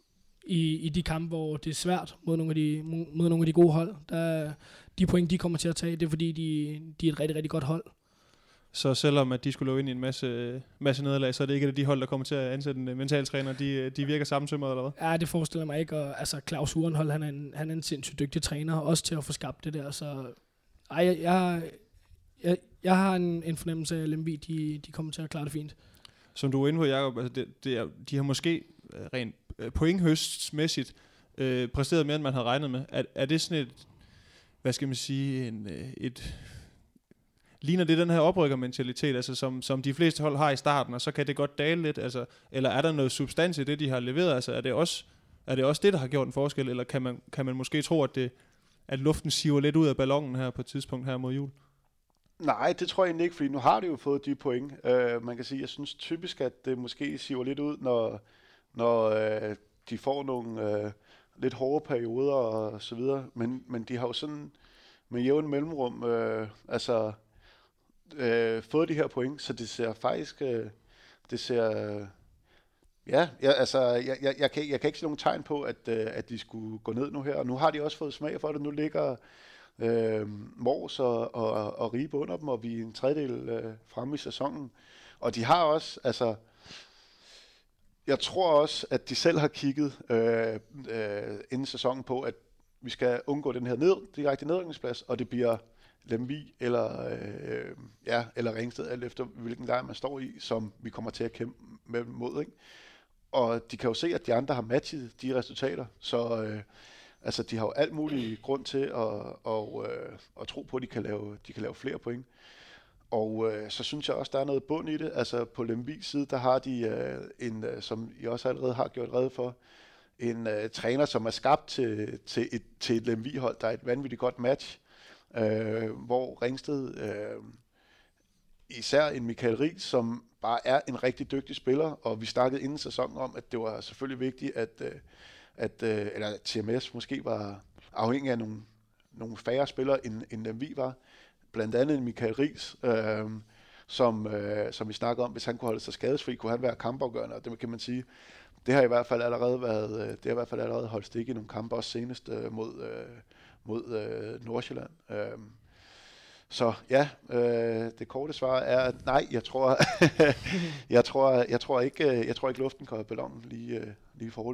C: i, i de kampe, hvor det er svært mod nogle af de, mod nogle af de gode hold. Der, de point, de kommer til at tage, det er fordi, de, de er et rigtig, rigtig godt hold.
B: Så selvom at de skulle løbe ind i en masse, masse nederlag, så er det ikke de hold, der kommer til at ansætte en mentaltræner, de, de virker sammensømmet eller hvad?
C: Ja, det forestiller mig ikke. Og, altså, Claus Urenhold, han er, en, han er en sindssygt dygtig træner, også til at få skabt det der. Så ej, jeg, jeg, jeg, jeg har en, en fornemmelse af, at Lemvig, de, de kommer til at klare det fint.
B: Som du er inde på, Jacob, altså det, det er, de har måske rent pointhøstmæssigt øh, præsteret mere, end man havde regnet med. Er, er det sådan et, hvad skal man sige, en, et... Ligner det den her oprykkermentalitet, altså som, som de fleste hold har i starten, og så kan det godt dale lidt, altså, eller er der noget substans i det, de har leveret? Altså, er det også, er det, også det, der har gjort en forskel, eller kan man, kan man måske tro, at, det, at luften siver lidt ud af ballonen her på et tidspunkt her mod jul?
D: Nej, det tror jeg egentlig ikke, fordi nu har de jo fået de point. Uh, man kan sige, jeg synes typisk, at det måske siver lidt ud, når, når uh, de får nogle uh, lidt hårde perioder og så videre, men, men de har jo sådan med jævn mellemrum, uh, altså Øh, fået de her point, så det ser faktisk, øh, det ser, øh, ja, ja, altså, jeg, jeg, jeg, kan, jeg kan ikke se nogen tegn på, at, øh, at de skulle gå ned nu her, og nu har de også fået smag for det, nu ligger øh, Mors og, og, og Ribe under dem, og vi er en tredjedel øh, fremme i sæsonen, og de har også, altså, jeg tror også, at de selv har kigget øh, øh, inden sæsonen på, at vi skal undgå den her ned, direkte nedrykningsplads, og det bliver Lemvig eller, øh, ja, eller Ringsted, alt efter hvilken lejr man står i, som vi kommer til at kæmpe med mod. Ikke? Og de kan jo se, at de andre har matchet de resultater, så øh, altså, de har jo alt mulig grund til at, og, øh, at tro på, at de kan lave, de kan lave flere point. Og øh, så synes jeg også, der er noget bund i det. Altså på Lemvigs side, der har de øh, en, øh, som I også allerede har gjort rede for, en øh, træner, som er skabt til, til, et, til et Lemvig-hold, der er et vanvittigt godt match. Øh, hvor Ringsted, øh, især en Michael Ries, som bare er en rigtig dygtig spiller, og vi snakkede inden sæsonen om, at det var selvfølgelig vigtigt, at, øh, at øh, eller at T M S måske var afhængig af nogle, nogle færre spillere, end, end dem vi var. Blandt andet en Michael Ries, øh, som, øh, som vi snakkede om, hvis han kunne holde sig skadesfri, kunne han være kampafgørende, og det kan man sige, det har i hvert fald allerede været, det har i hvert fald allerede holdt stik i nogle kampe, også senest øh, mod øh, mod øh, Nordsjælland. Øh, så ja, øh, det korte svar er, at nej, jeg tror, jeg tror, jeg tror ikke, jeg tror ikke luften går i ballonen lige, øh, lige foreløbig.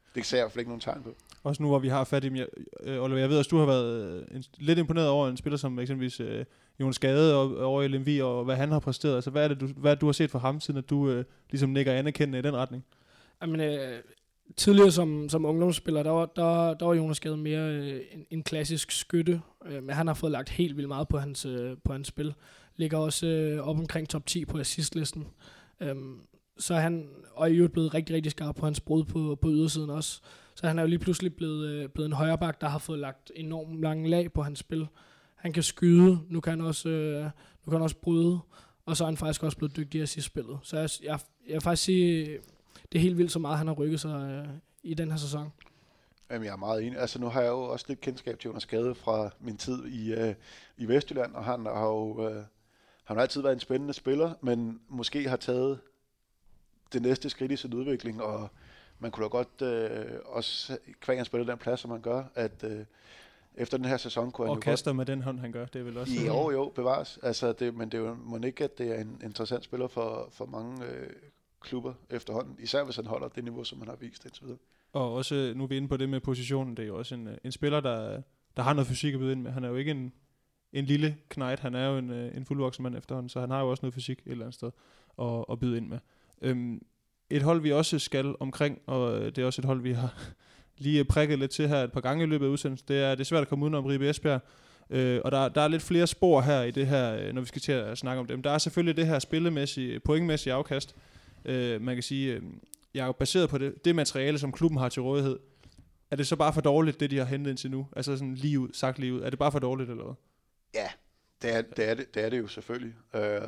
D: Det ser jeg i hvert fald ikke nogen tegn på.
B: Også nu, hvor vi har fat i dem. Øh, Oliver, jeg ved også, du har været en, lidt imponeret over en spiller som eksempelvis øh, Jonas Gade og, over i Lemvig, og hvad han har præsteret. Altså, hvad er det, du, hvad er det, du har set fra ham, siden at du øh, ligesom nikker anerkendende i den retning?
C: Jamen, øh, tidligere som, som ungdomsspiller, der var, der, der var Jonas Gade mere øh, en, en klassisk skytte, øh, men han har fået lagt helt vildt meget på hans, øh, på hans spil. Ligger også øh, op omkring top ti på assistlisten. Øhm, så er han, og i øvrigt blevet rigtig, rigtig skarp på hans brud på, på ydersiden også. Så han er jo lige pludselig blevet, øh, blevet en højreback, der har fået lagt enormt lange lag på hans spil. Han kan skyde, nu kan han også, øh, nu kan han også bryde, og så er han faktisk også blevet dygtig i assistspillet. Så jeg, jeg, jeg vil faktisk sige, det er helt vildt så meget, han har rykket sig øh, i den her sæson.
D: Jamen, jeg er meget enig. Altså, nu har jeg jo også lidt kendskab til Jonas Gade fra min tid i, øh, i Vestjylland, og han har jo øh, han har altid været en spændende spiller, men måske har taget det næste skridt i sin udvikling, og man kunne da godt øh, også kvæg han spiller den plads, som han gør, at øh, efter den her sæson kunne han
B: og
D: jo
B: kaster godt med den hånd, han gør, det er vel også...
D: Jo, jo, bevares. Altså, det, men det er jo må ikke, at det er en interessant spiller for, for mange øh, klubber efterhånden, især hvis han holder det niveau, som han har vist indtil videre.
B: Og også, nu er vi inde på det med positionen, det er jo også en, en spiller, der, der har noget fysik at byde ind med. Han er jo ikke en, en lille knejt, han er jo en, en fuldvoksen mand efterhånden, så han har jo også noget fysik et eller andet sted at, at byde ind med. Øhm, et hold, vi også skal omkring, og det er også et hold, vi har lige prikket lidt til her et par gange i løbet af udsendelsen, det er, det er svært at komme udenom Ribe Esbjerg, øh, og der, der er lidt flere spor her i det her, når vi skal til at snakke om dem. Der er selvfølgelig det her spillemæssige, pointmæssige afkast. Øh, man kan sige, øh, jeg er jo baseret på det, det materiale, som klubben har til rådighed. Er det så bare for dårligt, det de har hentet indtil nu? Altså sådan lige ud, sagt lige ud. Er det bare for dårligt, eller hvad?
D: Ja, det er det, er det, det, er det jo selvfølgelig. Øh,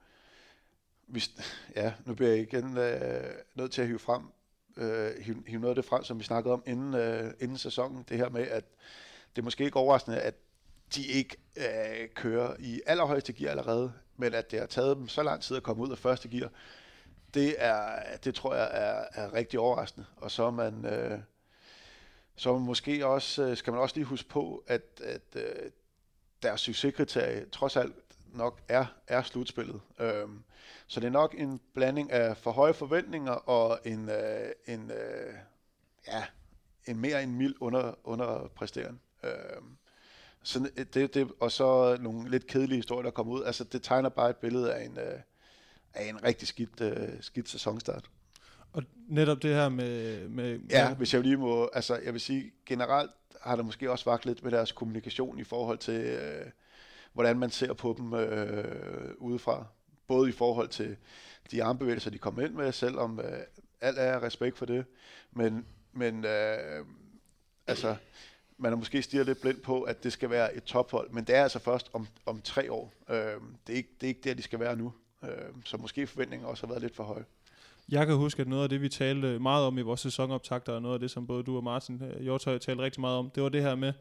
D: hvis, ja, nu bliver jeg igen øh, nødt til at hive frem, øh, hive, hive noget af det frem, som vi snakkede om inden, øh, inden sæsonen. Det her med, at det er måske ikke overraskende, at de ikke øh, kører i allerhøjeste gear allerede, men at det har taget dem så lang tid at komme ud af første gear, det er, det tror jeg er, er rigtig overraskende. Og så er man, øh, så er man måske også, skal man også lige huske på, at, at øh, deres succeskriterie trods alt nok er, er slutspillet. Øhm, så det er nok en blanding af for høje forventninger og en, øh, en, øh, ja, en mere en mild under, underpræsteren. Øhm, så det, det, og så nogle lidt kedelige historier, der kommer ud. Altså det tegner bare et billede af en, øh, af en rigtig skidt, øh, skidt sæsonstart.
B: Og netop det her med... med
D: ja, hvis jeg lige må... Altså jeg vil sige, generelt har der måske også vagt lidt med deres kommunikation i forhold til... Øh, hvordan man ser på dem øh, udefra. Både i forhold til de armbevægelser, de kommer ind med, selvom øh, alt er respekt for det. Men, men øh, altså, man er måske stirret lidt blind på, at det skal være et tophold. Men det er altså først om, om tre år. Øh, det, er ikke, det er ikke der, de skal være nu. Øh, så måske forventningen også har været lidt for høje.
B: Jeg kan huske, at noget af det, vi talte meget om i vores sæsonoptagter, og noget af det, som både du og Martin Hjortøj talte rigtig meget om, det var det her med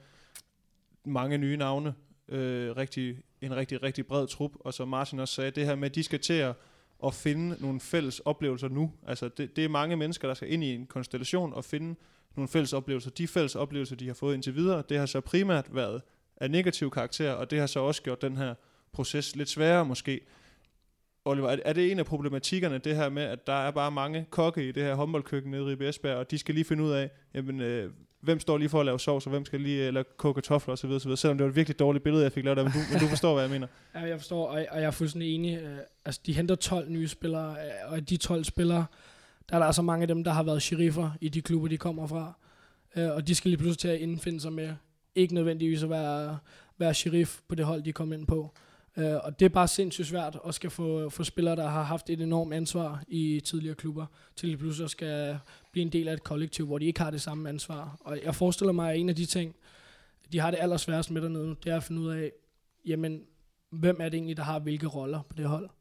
B: mange nye navne. Øh, rigtig, en rigtig, rigtig bred trup, og som Martin også sagde, det her med, at de skal til at, at finde nogle fælles oplevelser nu. Altså det, det er mange mennesker, der skal ind i en konstellation og finde nogle fælles oplevelser. De fælles oplevelser, de har fået indtil videre, det har så primært været af negativ karakter, og det har så også gjort den her proces lidt sværere måske. Oliver, er det en af problematikkerne, det her med, at der er bare mange kokke i det her håndboldkøkken nede i Ribe Esbjerg, og de skal lige finde ud af, jamen, øh, hvem står lige for at lave sovs, og hvem skal lige eller koge kartofler osv., osv., selvom det var et virkelig dårligt billede, jeg fik lavet der, men du, men du forstår, hvad jeg mener.
C: Ja, jeg forstår, og, og jeg er fuldstændig enig. Øh, altså, de henter tolv nye spillere, øh, og af de tolv spillere, der er der altså mange af dem, der har været sheriffer i de klubber, de kommer fra, øh, og de skal lige pludselig til at indfinde sig med, ikke nødvendigvis at være, være sheriff på det hold, de kommer ind på. Uh, og det er bare sindssygt svært at skal få, få spillere, der har haft et enormt ansvar i tidligere klubber, til de pludselig skal blive en del af et kollektiv, hvor de ikke har det samme ansvar. Og jeg forestiller mig, at en af de ting, de har det allersværest med dernede nu, det er at finde ud af, jamen, hvem er det egentlig, der har hvilke roller på det hold?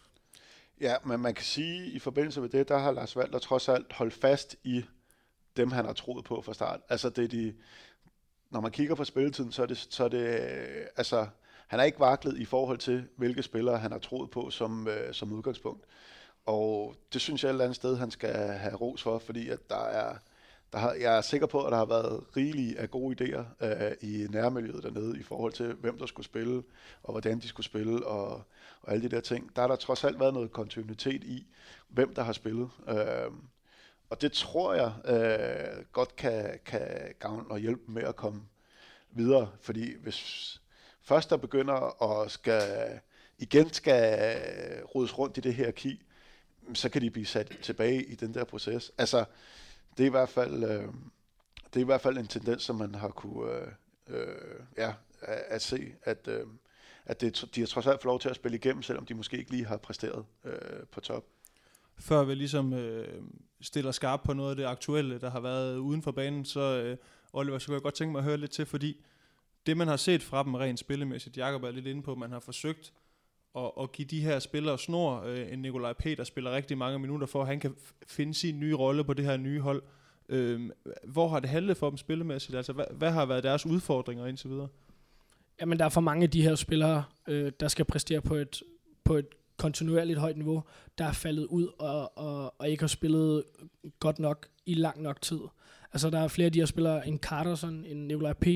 D: Ja, men man kan sige, at i forbindelse med det, der har Lars Walter trods alt holdt fast i dem, han har troet på fra start. Altså, det er de, når man kigger på spilletiden, så er det, så er det altså... Han har ikke vaklet i forhold til, hvilke spillere han har troet på som, øh, som udgangspunkt. Og det synes jeg et eller andet sted, han skal have ros for, fordi at der er, der har, jeg er sikker på, at der har været rigelige af gode idéer øh, i nærmiljøet dernede i forhold til, hvem der skulle spille, og hvordan de skulle spille, og, og alle de der ting. Der har der trods alt været noget kontinuitet i, hvem der har spillet. Øh, og det tror jeg øh, godt kan, kan gavne og hjælpe med at komme videre, fordi hvis først der begynder at skal, igen skal rodes rundt i det her hierarki, så kan de blive sat tilbage i den der proces. Altså, det er i hvert fald, øh, det er i hvert fald en tendens, som man har kunne øh, øh, ja, at, at se, at, øh, at det, de har trods alt fået lov til at spille igennem, selvom de måske ikke lige har præsteret øh, på top.
B: Før vi ligesom øh, stiller skarp på noget af det aktuelle, der har været uden for banen, så øh, Oliver, så kunne jeg godt tænke mig at høre lidt til, fordi det man har set fra dem rent spillemæssigt, Jakob er lidt inde på, man har forsøgt at, at give de her spillere snor. Øh, en Nikolaj P., der spiller rigtig mange minutter for, at han kan f- finde sin nye rolle på det her nye hold. Øh, hvor har det handlet for dem spillemæssigt? Altså, hvad, hvad har været deres udfordringer indtil videre?
C: Jamen, der er for mange af de her spillere, øh, der skal præstere på et, på et kontinuerligt højt niveau, der er faldet ud og, og, og ikke har spillet godt nok i lang nok tid. Altså, der er flere af de her spillere, en Carterson, en Nikolaj P.,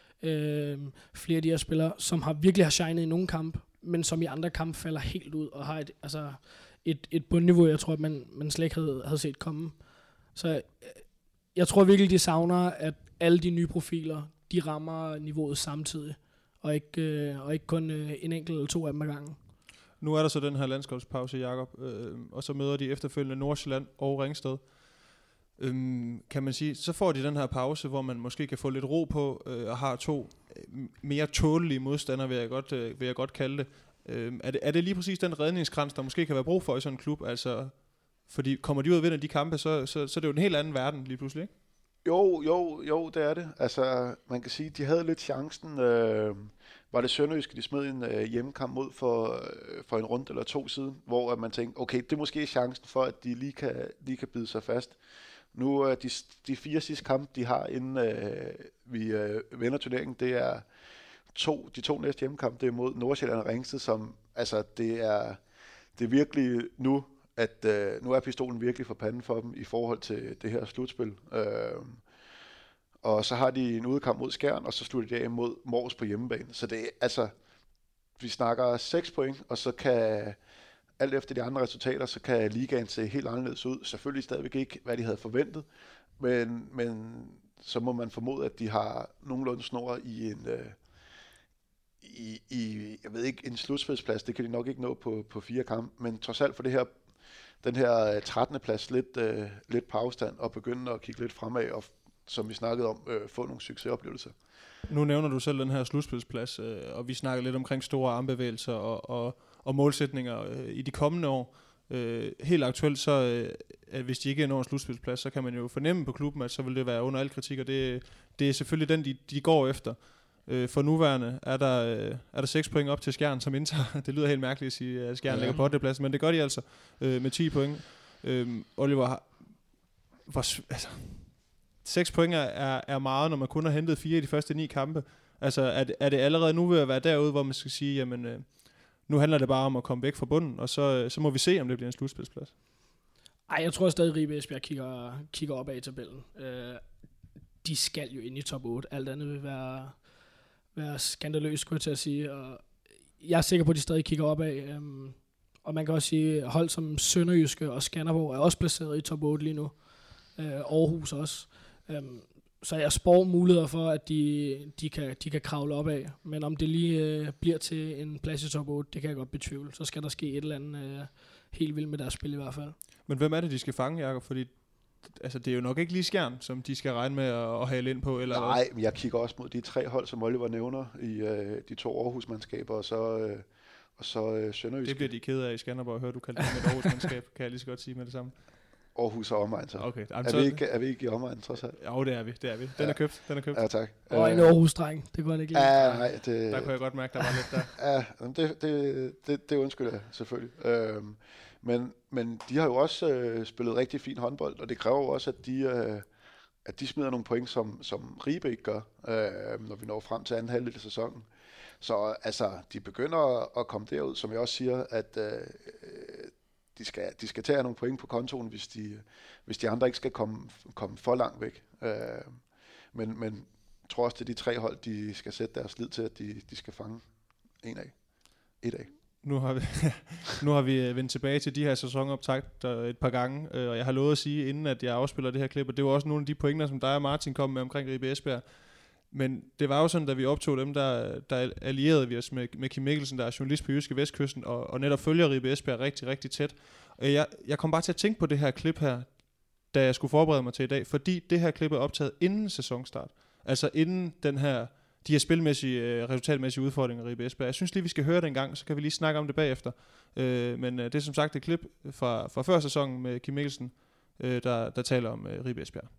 C: øh, flere af de her spillere, som har virkelig har shined i nogle kamp, men som i andre kampe falder helt ud og har et, altså et, et bundniveau, jeg tror, at man, man slet ikke havde, havde set komme. Så øh, jeg tror virkelig, de savner, at alle de nye profiler, de rammer niveauet samtidig, og ikke, øh, og ikke kun øh, en enkelt eller to af dem ad gangen.
B: Nu er der så den her landskabspause, Jakob, øh, og så møder de efterfølgende Nordsjælland og Ringsted. Øhm, kan man sige, så får de den her pause, hvor man måske kan få lidt ro på, øh, og har to øh, mere tålelige modstandere, vil jeg godt, øh, vil jeg godt kalde det. Øh, er det. Er det lige præcis den redningskrans, der måske kan være brug for i sådan en klub? Altså, fordi kommer de ud og vinder de kampe, så, så, så er det jo en helt anden verden lige pludselig, ikke?
D: Jo, jo, jo, det er det. Altså, man kan sige, de havde lidt chancen. Øh, var det Sønderjyske, de smed en øh, hjemmekamp mod for, øh, for en runde eller to siden, hvor at man tænkte, okay, det er måske chancen for, at de lige kan, lige kan bide sig fast. Nu er de, de fire sidste kampe, de har, inden øh, vi øh, vender turneringen, det er to, de to næste hjemmekampe, det er mod Nordsjælland og Ringsted, som, altså, det er, det er virkelig nu, at øh, nu er pistolen virkelig for panden for dem i forhold til det her slutspil. Øh, og så har de en udekamp mod Skjern, og så slutter de af mod Mors på hjemmebane. Så det er, altså, vi snakker seks point, og så kan, alt efter de andre resultater, så kan ligaen se helt anderledes ud. Selvfølgelig stadigvæk ikke, hvad de havde forventet, men, men så må man formode, at de har nogenlunde snor i en, øh, i, i, jeg ved ikke, en slutspilsplads. Det kan de nok ikke nå på, på fire kampe, men trods alt for det her, den her trettende plads lidt, øh, lidt på afstand, og begynde at kigge lidt fremad, og som vi snakkede om, øh, få nogle succesoplevelser.
B: Nu nævner du selv den her slutspilsplads, øh, og vi snakker lidt omkring store armbevægelser og, og, og målsætninger øh, i de kommende år. Øh, helt aktuelt så, øh, at hvis de ikke når en slutspilsplads, så kan man jo fornemme på klubben, at så vil det være under al kritik, og det, det er selvfølgelig den, de, de går efter. Øh, for nuværende er der, øh, er der seks point op til Skjern, som indtager. Det lyder helt mærkeligt at sige, at Skjern ja. ligger på ottende plads, men det gør de altså øh, med ti point. Øh, Oliver, hvor, altså, seks point er, er meget, når man kun har hentet fire i de første ni kampe. Altså, er det, er det allerede nu ved at være derude, hvor man skal sige, jamen, øh, nu handler det bare om at komme væk fra bunden, og så, så må vi se, om det bliver en slutspilsplads.
C: Ej, jeg tror stadig, Ribe Esbjerg kigger, kigger op ad i tabellen. Øh, de skal jo ind i top otte. Alt andet vil være, være skandaløst, skulle jeg til at sige. Og jeg er sikker på, at de stadig kigger op ad. Øhm, og man kan også sige, at hold som Sønderjyske og Skanderborg er også placeret i top otte lige nu. Øh, Aarhus også. Øhm, så jeg spår muligheder for, at de, de, kan, de kan kravle op af. Men om det lige øh, bliver til en plads i top otte, det kan jeg godt betvivle. Så skal der ske et eller andet øh, helt vildt med deres spil i hvert fald.
B: Men hvem er det, de skal fange, Jakob? Fordi altså, det er jo nok ikke lige Skjern, som de skal regne med at, at hale ind på. Eller
D: Nej, men jeg kigger også mod de tre hold, som Oliver nævner i øh, de to Aarhus-mandskaber, og så, øh, og så øh, Sønderjyske.
B: Det bliver de kede af i Skanderborg. Hør, du kalder det med et Aarhus-mandskab, kan jeg lige så godt sige med det samme.
D: Aarhus og omegn, så.
B: Okay.
D: Er vi, ikke, er vi ikke i omegn, trods alt?
B: Jo, det er vi. Det er vi. Den ja. er købt. Den er købt.
D: Ja, tak.
C: Og en Aarhus-dreng. Det kunne jeg ikke lide.
D: Ja, nej, det,
B: der kunne jeg godt mærke, der var lidt der.
D: Ja, det, det, det, det undskylder jeg selvfølgelig. Øhm, men, men de har jo også øh, spillet rigtig fin håndbold, og det kræver jo også, at de, øh, at de smider nogle point, som, som Ribe ikke gør, øh, når vi når frem til anden halvdel af sæsonen. Så altså, de begynder at komme derud, som jeg også siger, at øh, de, skal, de skal tage nogle point på kontoen, hvis de, hvis de andre ikke skal komme, komme for langt væk. Øh, men, men jeg tror også, det er de tre hold, de skal sætte deres lid til, at de, de skal fange en af. Et af.
B: Nu har vi, nu har vi vendt tilbage til de her sæsonoptagter et par gange, og jeg har lovet at sige, inden at jeg afspiller det her klip, og det var også nogle af de pointer, som dig og Martin kom med omkring Ribe Esbjerg. Men det var jo sådan, da vi optog dem, der, der allierede vi os med, med Kim Mikkelsen, der er journalist på Jyske Vestkysten, og, og netop følger Ribe Esbjerg rigtig, rigtig tæt. Og jeg, jeg kom bare til at tænke på det her klip her, da jeg skulle forberede mig til i dag, fordi det her klip er optaget inden sæsonstart. Altså inden den her, de her spilmæssige, resultatmæssige udfordringer i Ribe Esbjerg. Jeg synes lige, vi skal høre det en gang, så kan vi lige snakke om det bagefter. Øh, men det er som sagt et klip fra, fra før sæsonen med Kim Mikkelsen, øh, der, der taler om øh, Ribe Esbjerg.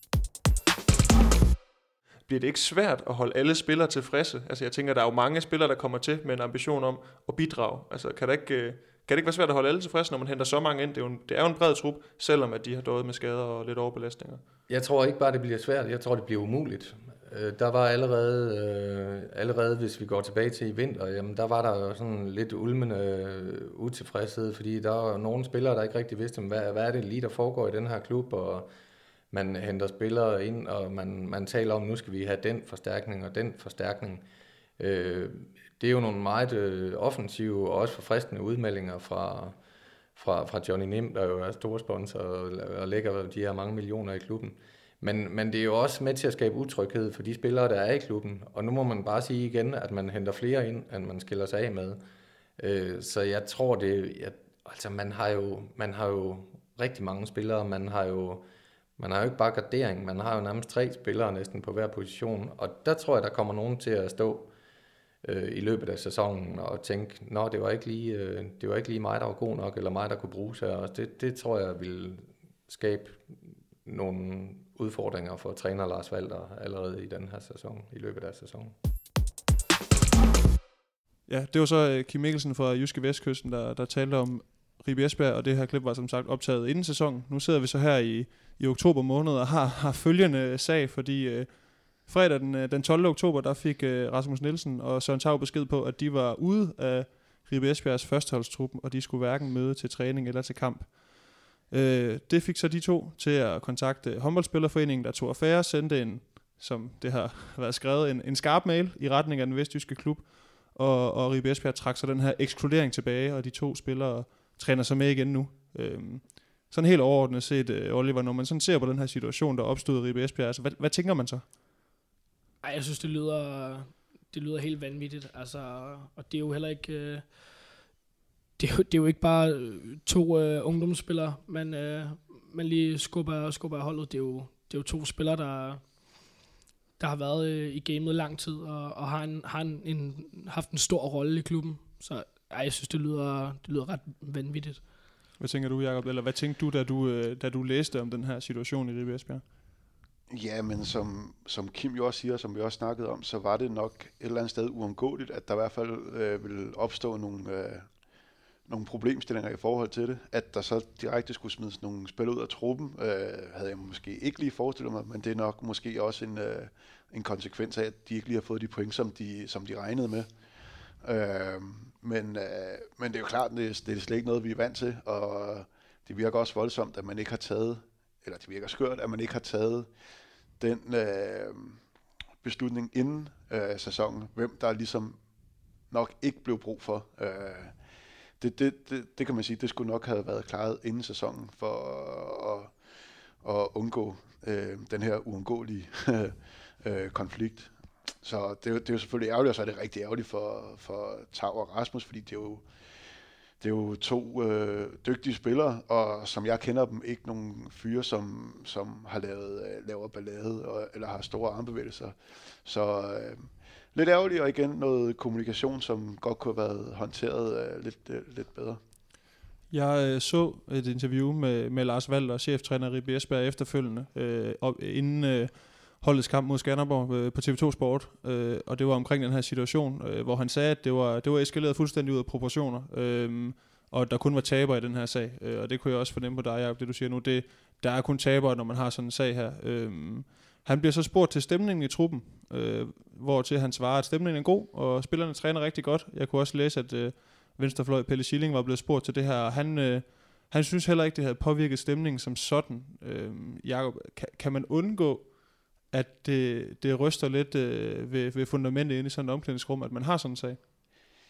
B: Bliver det ikke svært at holde alle spillere tilfredse? Altså jeg tænker, der er jo mange spillere, der kommer til med en ambition om at bidrage. Altså kan det ikke, kan det ikke være svært at holde alle tilfredse, når man henter så mange ind? Det er jo en, det er jo en bred trup, selvom at de har døjet med skader og lidt overbelastninger.
E: Jeg tror ikke bare, det bliver svært. Jeg tror, det bliver umuligt. Der var allerede, øh, allerede hvis vi går tilbage til i vinter, jamen der var der jo sådan lidt ulmende øh, utilfredshed, fordi der var nogle spillere, der ikke rigtig vidste, hvad, hvad er det lige, der foregår i den her klub, og man henter spillere ind, og man, man taler om, nu skal vi have den forstærkning og den forstærkning. Øh, det er jo nogle meget øh, offensive og også forfriskende udmeldinger fra, fra, fra Johnny Nim, der jo er storsponsor og, og lægger de her mange millioner i klubben. Men, men det er jo også med til at skabe utryghed for de spillere, der er i klubben. Og nu må man bare sige igen, at man henter flere ind, end man skiller sig af med. Øh, så jeg tror det, jeg, altså man har jo, man har jo rigtig mange spillere, man har jo Man har jo ikke bare gardering, man har jo nærmest tre spillere næsten på hver position, og der tror jeg, der kommer nogen til at stå øh, i løbet af sæsonen og tænke, nå, det var ikke lige, øh, det var ikke lige mig, der var god nok, eller mig, der kunne bruges her. Og det, det tror jeg vil skabe nogle udfordringer for træner Lars Walter allerede i den her sæson, i løbet af sæsonen.
B: Ja, det var så Kim Mikkelsen fra Jyske Vestkysten, der, der talte om Ribe Esbjerg, og det her klip var som sagt optaget inden sæsonen. Nu sidder vi så her i, i oktober måned og har, har følgende sag, fordi øh, fredag den, den tolvte oktober, der fik øh, Rasmus Nielsen og Søren Tau besked på, at de var ude af Ribe Esbjergs førsteholdstruppen, og de skulle hverken møde til træning eller til kamp. Øh, det fik så de to til at kontakte håndboldspillerforeningen, der tog affære, sendte en, som det har været skrevet, en, en skarp mail i retning af den vestjyske klub, og, og Ribe Esbjerg trak så den her ekskludering tilbage, og de to spillere træner sig med igen nu. Øhm, sådan helt overordnet set, øh, Oliver, når man sådan ser på den her situation, der opstod i Ribe Esbjerg, altså, hvad, hvad tænker man så?
C: Ej, jeg synes, det lyder, det lyder helt vanvittigt. Altså, og det er jo heller ikke, øh, det, er jo, det er jo ikke bare to øh, ungdomsspillere, man, øh, man lige skubber, skubber af holdet. Det er jo, det er jo to spillere, der, der har været øh, i gamet lang tid, og, og har, en, har en, en, haft en stor rolle i klubben. Så ej, jeg synes, det lyder, det lyder ret vanvittigt. Hvad
B: tænker du, Jacob? Eller hvad tænkte du, da du, da du læste om den her situation i Ribe Esbjerg?
D: Ja, men som, som Kim jo også siger, som vi også snakkede om, så var det nok et eller andet sted uundgåeligt, at der i hvert fald øh, ville opstå nogle, øh, nogle problemstillinger i forhold til det. At der så direkte skulle smides nogle spil ud af truppen, øh, havde jeg måske ikke lige forestillet mig, men det er nok måske også en, øh, en konsekvens af, at de ikke lige har fået de point, som de, som de regnede med. Øh, men, øh, men det er jo klart, det er, det er slet ikke noget, vi er vant til, og det virker også voldsomt, at man ikke har taget, eller det virker skørt, at man ikke har taget den øh, beslutning inden øh, sæsonen, hvem der ligesom nok ikke blev brug for. Øh, det, det, det, det kan man sige, det skulle nok have været klaret inden sæsonen, for at, at undgå øh, den her uundgåelige øh, konflikt. Så det er, jo, det er jo selvfølgelig ærgerligt, og så er det rigtig ærgerligt for, for Tau og Rasmus, fordi det er jo, det er jo to øh, dygtige spillere, og som jeg kender dem, ikke nogen fyre, som, som har lavet øh, lavere ballade, og, eller har store armbevægelser. Så øh, lidt ærgerligt, og igen noget kommunikation, som godt kunne have været håndteret øh, lidt, øh, lidt bedre.
B: Jeg øh, så et interview med, med Lars Walter, cheftræner i Ribe Esbjerg efterfølgende, øh, op, inden øh, holdets kamp mod Skanderborg øh, på T V to Sport, øh, og det var omkring den her situation, øh, hvor han sagde, at det var, det var eskaleret fuldstændig ud af proportioner, øh, og der kun var taber i den her sag, øh, og det kunne jeg også fornemme på dig, Jacob, det du siger nu, det, der er kun taber, når man har sådan en sag her. Øh, han bliver så spurgt til stemningen i truppen, øh, hvor til han svarer, at stemningen er god, og spillerne træner rigtig godt. Jeg kunne også læse, at øh, venstrefløj Pelle Schilling var blevet spurgt til det her, og han, øh, han synes heller ikke, det havde påvirket stemningen som sådan. Øh, Jacob, kan, kan man undgå, at det, det ryster lidt øh, ved, ved fundamentet inde i sådan et omklædningsrum, at man har sådan en sag?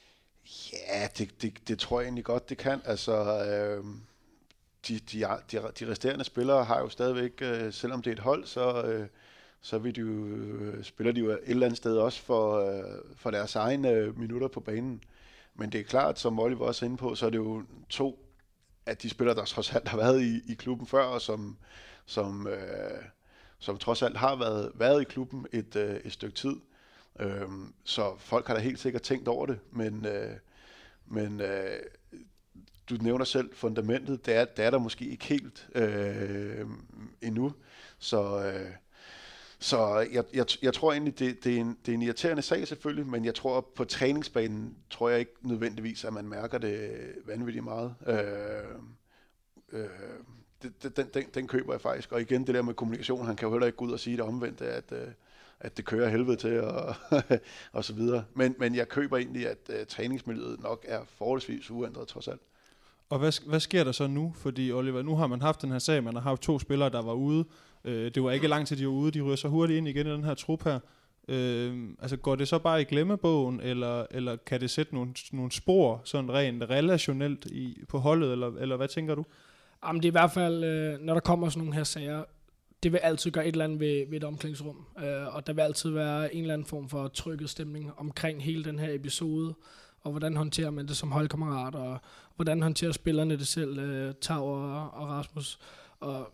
D: Ja, det, det, det tror jeg egentlig godt, det kan. Altså, øh, de, de, de, de resterende spillere har jo stadigvæk, øh, selvom det er et hold, så, øh, så vil de jo, øh, spiller de jo et eller andet sted også for, øh, for deres egne øh, minutter på banen. Men det er klart, som Oliver også er inde på, så er det jo to af de spillere, der trods alt har været i, i klubben før, og som, som, øh, som trods alt har været, været i klubben et, øh, et stykke tid. Øh, så folk har da helt sikkert tænkt over det, men, øh, men øh, du nævner selv fundamentet, det er, det er der måske ikke helt øh, endnu. Så... Øh, Så jeg, jeg, jeg tror egentlig, det, det, er en, det er en irriterende sag selvfølgelig, men jeg tror på træningsbanen, tror jeg ikke nødvendigvis, at man mærker det vanvittigt meget. Øh, øh, det, den, den, den køber jeg faktisk. Og igen, det der med kommunikation, han kan jo heller ikke gå ud og sige det omvendte, at, at det kører helvede til og, og så videre. Men, men jeg køber egentlig, at uh, træningsmiljøet nok er forholdsvis uændret trods alt.
B: Og hvad, hvad sker der så nu? Fordi Oliver, nu har man haft den her sag, man har haft to spillere, der var ude. Øh, det var ikke lang tid, de var ude. De ryger så hurtigt ind igen i den her trup her. Øh, altså går det så bare i glemmebogen, eller, eller kan det sætte nogle, nogle spor, sådan rent relationelt i, på holdet, eller, eller hvad tænker du?
C: Jamen det er i hvert fald, øh, når der kommer sådan nogle her sager, det vil altid gøre et eller andet ved, ved et omklædningsrum. Øh, og der vil altid være en eller anden form for trykket stemning omkring hele den her episode. Og hvordan håndterer man det som holdkammerat, og hvordan håndterer spillerne det selv, øh, Tau og, og Rasmus. Og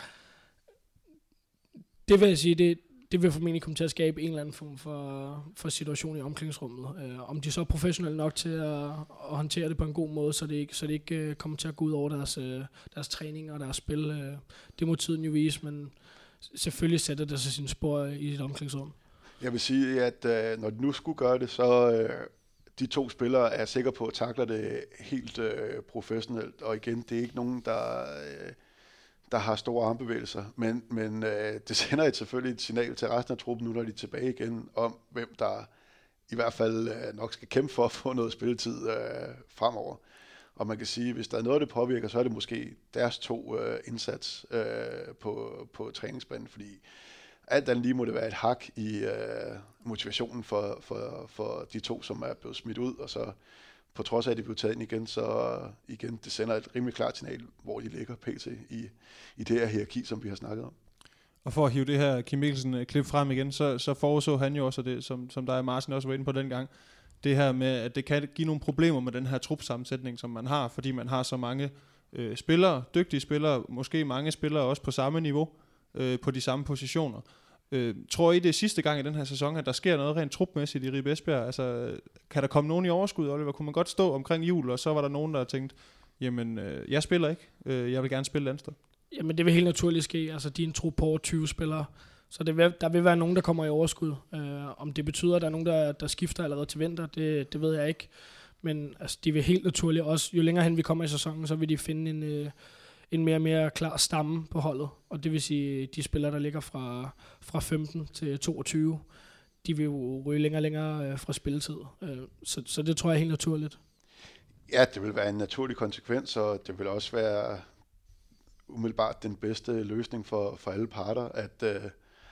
C: det vil jeg sige, det, det vil formentlig komme til at skabe en eller anden form for, for situation i omklædningsrummet. Øh, om de så er professionelle nok til at, at håndtere det på en god måde, så det ikke, så det ikke øh, kommer til at gå ud over deres, øh, deres træning og deres spil. Øh, det må tiden jo vise, men selvfølgelig sætter det sig sine spor i et omklædningsrum. Jeg vil sige, at øh, når de nu skulle gøre det, så... Øh de to spillere er sikre på at takle det helt øh, professionelt, og igen, det er ikke nogen, der, øh, der har store armbevægelser, men, men øh, det sender et selvfølgelig et signal til resten af truppen, nu når de er tilbage igen, om hvem der i hvert fald øh, nok skal kæmpe for at få noget spilletid øh, fremover. Og man kan sige, hvis der er noget, det påvirker, så er det måske deres to øh, indsats øh, på, på træningsbanen, fordi alt andet lige må det være et hak i øh, motivationen for, for, for de to, som er blevet smidt ud, og så på trods af, at de blev taget ind igen, så igen, det sender et rimelig klart signal, hvor de ligger pt. i, i det her hierarki, som vi har snakket om. Og for at hive det her Kim Mikkelsen-klip frem igen, så, så foreså han jo også det, som, som dig og Martin også var inde på dengang, det her med, at det kan give nogle problemer med den her trupsammensætning, som man har, fordi man har så mange øh, spillere, dygtige spillere, måske mange spillere også på samme niveau, øh, på de samme positioner. Øh, tror I, det er sidste gang i den her sæson, at der sker noget rent trupmæssigt i Ribe Esbjerg? Altså, kan der komme nogen i overskud, Oliver? Kunne man godt stå omkring jul, og så var der nogen, der tænkte, jamen, øh, jeg spiller ikke, øh, jeg vil gerne spille et andet sted? Jamen, det vil helt naturligt ske. Altså, de er en trup på tyve spillere, så det vil, der vil være nogen, der kommer i overskud. Øh, om det betyder, at der er nogen, der, der skifter allerede til vinter, det, det ved jeg ikke. Men altså, de vil helt naturligt også, jo længere hen vi kommer i sæsonen, så vil de finde en... Øh, en mere og mere klar stamme på holdet, og det vil sige, de spillere, der ligger fra, fra femten til toogtyve, de vil jo ryge længere og længere øh, fra spilletid. Øh, så, så det tror jeg er helt naturligt. Ja, det vil være en naturlig konsekvens, og det vil også være umiddelbart den bedste løsning for, for alle parter, at, øh,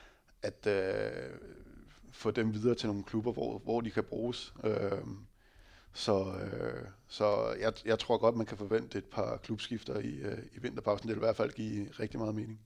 C: at øh, få dem videre til nogle klubber, hvor, hvor de kan bruges. Øh, Så, øh, så jeg, jeg tror godt, man kan forvente et par klubskifter i, øh, i vinterpausen. Det vil i hvert fald give rigtig meget mening.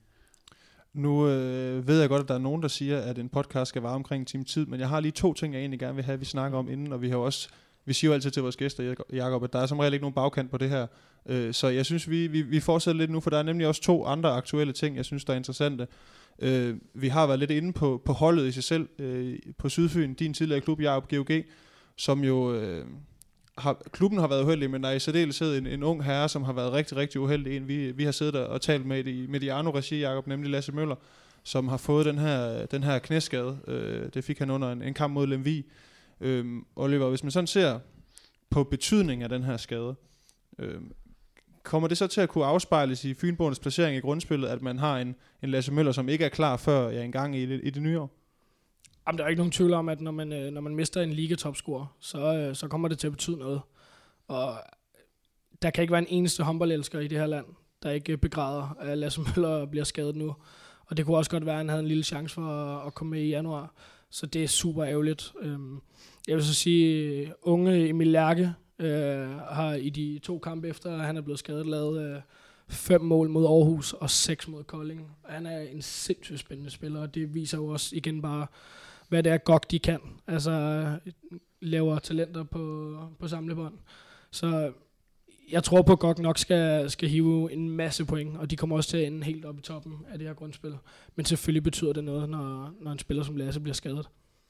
C: Nu øh, ved jeg godt, at der er nogen, der siger, at en podcast skal vare omkring en time tid, men jeg har lige to ting, jeg egentlig gerne vil have, vi snakker om inden, og vi har også, vi siger jo altid til vores gæster, Jakob, at der er som regel ikke nogen bagkant på det her. Øh, så jeg synes, vi, vi, vi fortsætter lidt nu, for der er nemlig også to andre aktuelle ting, jeg synes, der er interessante. Øh, vi har været lidt inde på, på holdet i sig selv, øh, på Sydfyn, din tidligere klub, Jakob, G O G, som jo... Øh, Har, klubben har været uheldig, men der er i særdeleshed en, en ung herre, som har været rigtig, rigtig uheldig. En, vi, vi har siddet der og talt med i Mediano-regi, Jakob, nemlig Lasse Møller, som har fået den her, den her knæskade. Øh, det fik han under en, en kamp mod Lemvig. Øh, Oliver, hvis man sådan ser på betydningen af den her skade, øh, kommer det så til at kunne afspejles i Fynboernes placering i grundspillet, at man har en, en Lasse Møller, som ikke er klar før ja, en gang i det, i det nye år? Jamen, der er ikke nogen tvivl om, at når man, øh, når man mister en ligatopscorer, så, øh, så kommer det til at betyde noget. Og der kan ikke være en eneste håndboldelsker i det her land, der ikke begræder, at Lasse Møller bliver skadet nu. Og det kunne også godt være, at han havde en lille chance for at, at komme med i januar. så det er super ærgerligt. Øhm, jeg vil så sige, unge Emil Lærke øh, har i de to kampe efter, han er blevet skadet, lavet øh, fem mål mod Aarhus og seks mod Kolding. Han er en sindssygt spændende spiller, og det viser jo også igen bare, hvad det er godt de kan. Altså laver talenter på, på samlebånd. Så jeg tror på, at Gok nok skal, skal hive en masse point, og de kommer også til at ende helt oppe i toppen af det her grundspil. Men selvfølgelig betyder det noget, når, når en spiller som Lasse bliver skadet.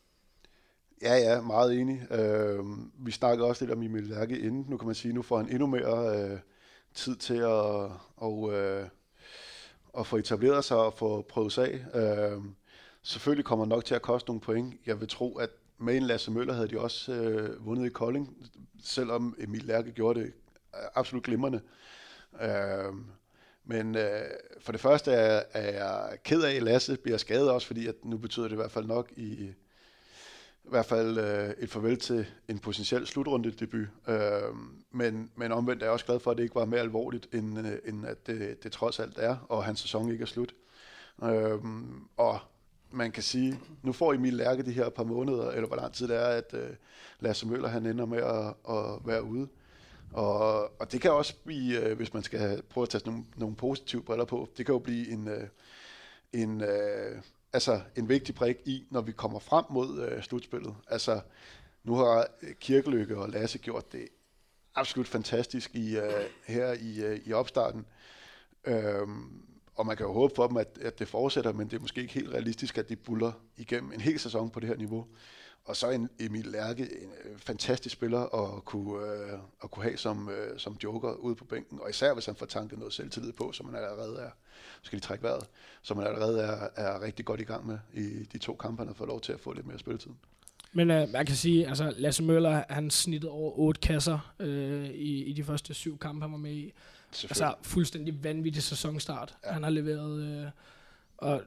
D: Ja, ja, meget enig. Øh, vi snakkede også lidt om Emil Lærke inden. Nu kan man sige, nu får han endnu mere øh, tid til at, og, øh, at få etableret sig og få prøvet sig af. Øh, selvfølgelig kommer nok til at koste nogle point. Jeg vil tro, at med en Lasse Møller havde de også øh, vundet i Kolding, selvom Emil Lærke gjorde det absolut glimrende. Øh, men øh, for det første er, er jeg ked af, at Lasse bliver skadet også, fordi at nu betyder det i hvert fald nok i, i hvert fald øh, et farvel til en potentiel slutrundedebut. Øh, men, men omvendt er jeg også glad for, at det ikke var mere alvorligt, end, øh, end at det, det trods alt er, og hans sæson ikke er slut. Øh, og man kan sige, nu får Emil Lærke de her par måneder, eller hvor lang tid det er, at øh, Lasse Møller han ender med at, at være ude. Og, og det kan også blive, øh, hvis man skal prøve at tage nogle, nogle positive briller på, det kan jo blive en, øh, en, øh, altså en vigtig brik i, når vi kommer frem mod øh, slutspillet. Altså, nu har Kirkeløkke og Lasse gjort det absolut fantastisk i, øh, her i, øh, i opstarten. Øhm, og man kan jo håbe for dem, at, at det fortsætter, men det er måske ikke helt realistisk, at de buller igennem en hel sæson på det her niveau. Og så en Emil Lærke, en øh, fantastisk spiller at kunne, øh, at kunne have som, øh, som joker ude på bænken. Og især hvis han får tanket noget selvtillid på, som han allerede er, skal de trække vejret, som han allerede er, er rigtig godt i gang med i de to kampe, han har fået lov til at få lidt mere spilletid.
C: Men øh, man kan sige, altså Lasse Møller, han snittede over otte kasser øh, i, i de første syv kampe, han var med i. Altså fuldstændig vanvittig sæsonstart, ja. Han har leveret. Øh, og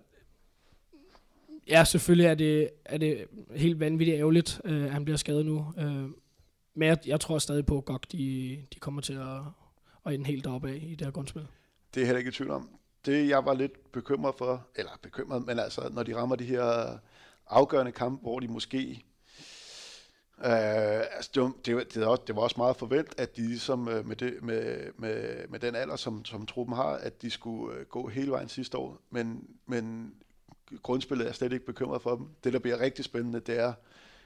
C: ja, selvfølgelig er det, er det helt vanvittigt ærgerligt, øh, at han bliver skadet nu. Øh, men jeg, jeg tror stadig på, at Gok, de, de kommer til at, at ende helt deroppe af i det her grundspil.
D: Det er heller ikke i tvivl om. Det jeg var lidt bekymret for, eller bekymret, men altså når de rammer de her afgørende kampe, hvor de måske... Uh, altså det, var, det, var, det, var også, det var også meget forventet, at de ligesom med, det, med, med, med den alder, som, som truppen har, at de skulle uh, gå hele vejen sidste år. Men, men grundspillet er slet ikke bekymret for dem. Det, der bliver rigtig spændende, det er,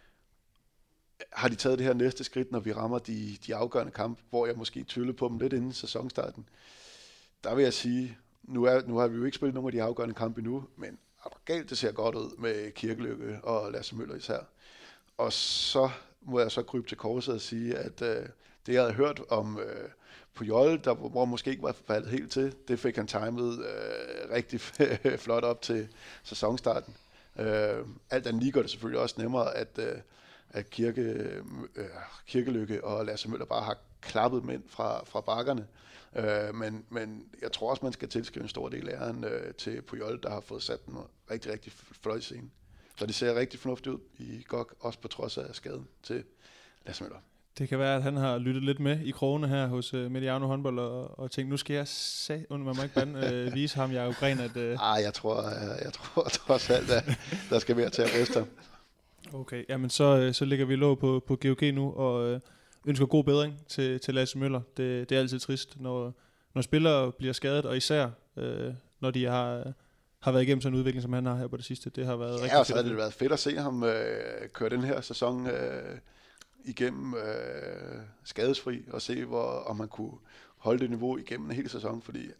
D: har de taget det her næste skridt, når vi rammer de, de afgørende kampe, hvor jeg måske tvivler på dem lidt inden sæsonstarten. Der vil jeg sige, nu, er, nu har vi jo ikke spillet nogen af de afgørende kampe endnu, men galt det ser godt ud med Kirkeløkke og Lasse Møller især. Og så må jeg så krybe til korset og sige, at øh, det jeg havde hørt om øh, Pujol, der hvor måske ikke var faldet helt til, det fik han timet øh, rigtig flot op til sæsonstarten. Øh, alt andet lige gør det selvfølgelig også nemmere, at, øh, at Kirke, øh, Kirkeløkke og Lasse Møller bare har klappet mænd fra, fra bakkerne. Øh, men, men jeg tror også, man skal tilskrive en stor del af æren øh, til Pujol, der har fået sat en rigtig, rigtig flot scene. Så det ser rigtig fornuftigt ud i Gok, også på trods af skaden til Lasse Møller.
B: Det kan være, at han har lyttet lidt med i krogene her hos uh, Mediano Håndbold og, og tænkt, nu skal jeg sag, man må ikke bande, uh, vise ham, Jakob Gren, at... Uh...
D: Ej, jeg tror, jeg, jeg tror trods alt, at der skal mere til at reste ham.
B: Okay, jamen så, så lægger vi låg på, på G O G nu og uh, ønsker god bedring til, til Lasse Møller. Det, det er altid trist, når, når spillere bliver skadet, og især uh, når de har... Uh, har været igennem sådan en udvikling, som han har her på det sidste. Det har været
D: ja,
B: rigtig
D: og så har det været fedt at se ham øh, køre den her sæson øh, igennem øh, skadesfri, og se, hvor, om man kunne holde det niveau igennem en hel sæson, fordi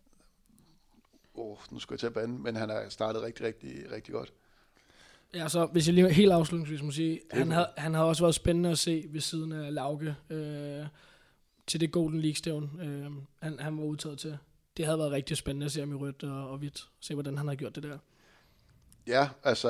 D: åh, nu skal jeg til at bande, men han har startet rigtig, rigtig, rigtig godt.
C: Ja, så hvis jeg lige helt afslutningsvis må sige, han har, han har også været spændende at se ved siden af Lauke øh, til det Golden League-stævn, øh, han, han var udtaget til. Det havde været rigtig spændende at se ham i rødt og, og hvidt. Se, hvordan han har gjort det der.
D: Ja, altså...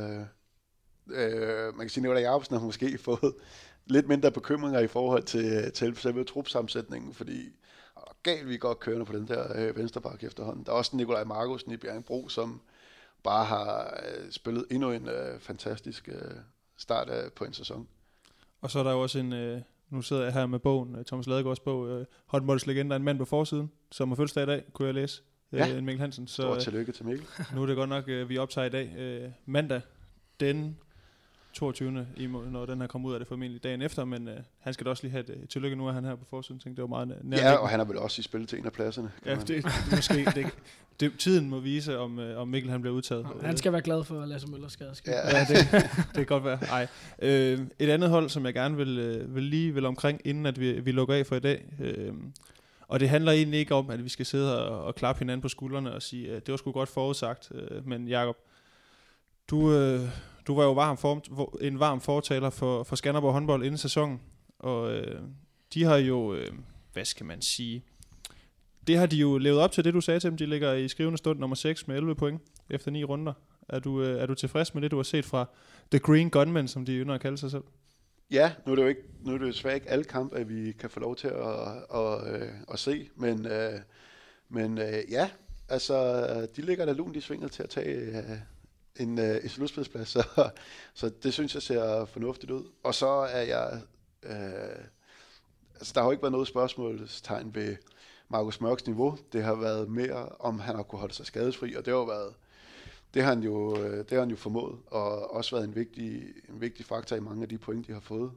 D: Øh, man kan sige, at Nicolai Jacobsen har måske fået lidt mindre bekymringer i forhold til, til selve trupsammensætningen, fordi galt vi godt kørende på den der øh, venstreback efterhånden. Der er også Nikolaj Markusen i Bjerringbro, som bare har øh, spillet endnu en øh, fantastisk øh, start af, på en sæson.
B: Og så er der jo også en... Øh Nu sidder jeg her med bogen, Thomas Ladegaards bog, uh, Håndboldets legender, en mand på forsiden, som har fødselsdag i dag, kunne jeg læse,
D: ja.
B: uh, Mikkel Hansen. Så
D: Stort tillykke til Mikkel.
B: Nu er det godt nok, uh, vi optager i dag, uh, mandag den toogtyvende i må- når den her kommer ud, er det formentlig dagen efter, men øh, han skal da også lige have et, et tillykke. Nu er han her på forsiden, tænkte, det var meget nær.
D: Ja, og han er vel også i spil til en af pladserne.
B: Ja, det, det, måske. Det, det, tiden må vise, om, øh, om Mikkel han bliver udtaget.
C: Han skal være glad for Lasse Møllers skade.
B: Ja, ja det, det kan godt være. Ej. Øh, et andet hold, som jeg gerne vil, øh, vil lige vil omkring, inden at vi, vi lukker af for i dag. Øh, og det handler egentlig ikke om, at vi skal sidde og, og klappe hinanden på skuldrene og sige, at det var sgu godt forudsagt. Øh, men Jakob, du, øh, du var jo varm for, en varm fortaler for, for Skanderborg håndbold inden sæsonen. Og øh, de har jo, øh, hvad skal man sige... Det har de jo levet op til, det du sagde til dem. De ligger i skrivende stund nummer seks med elleve point efter ni runder. Er du, øh, er du tilfreds med det, du har set fra The Green Gunmen, som de ynder at kalde sig selv?
D: Ja, nu er det jo ikke, nu er det jo svært ikke alle kampe, at vi kan få lov til at, at, at, at se, men, øh, men øh, ja, altså de ligger der lunt i svinget til at tage øh, en, øh, en slutspidsplads, så, så det synes jeg ser fornuftigt ud. Og så er jeg, øh, altså der har jo ikke været noget spørgsmålstegn ved Markus Mørks niveau. Det har været mere, om han har kunne holde sig skadesfri, og det har jo været, det har han jo, det har han jo formået, og også været en vigtig, en vigtig faktor i mange af de point, de har fået.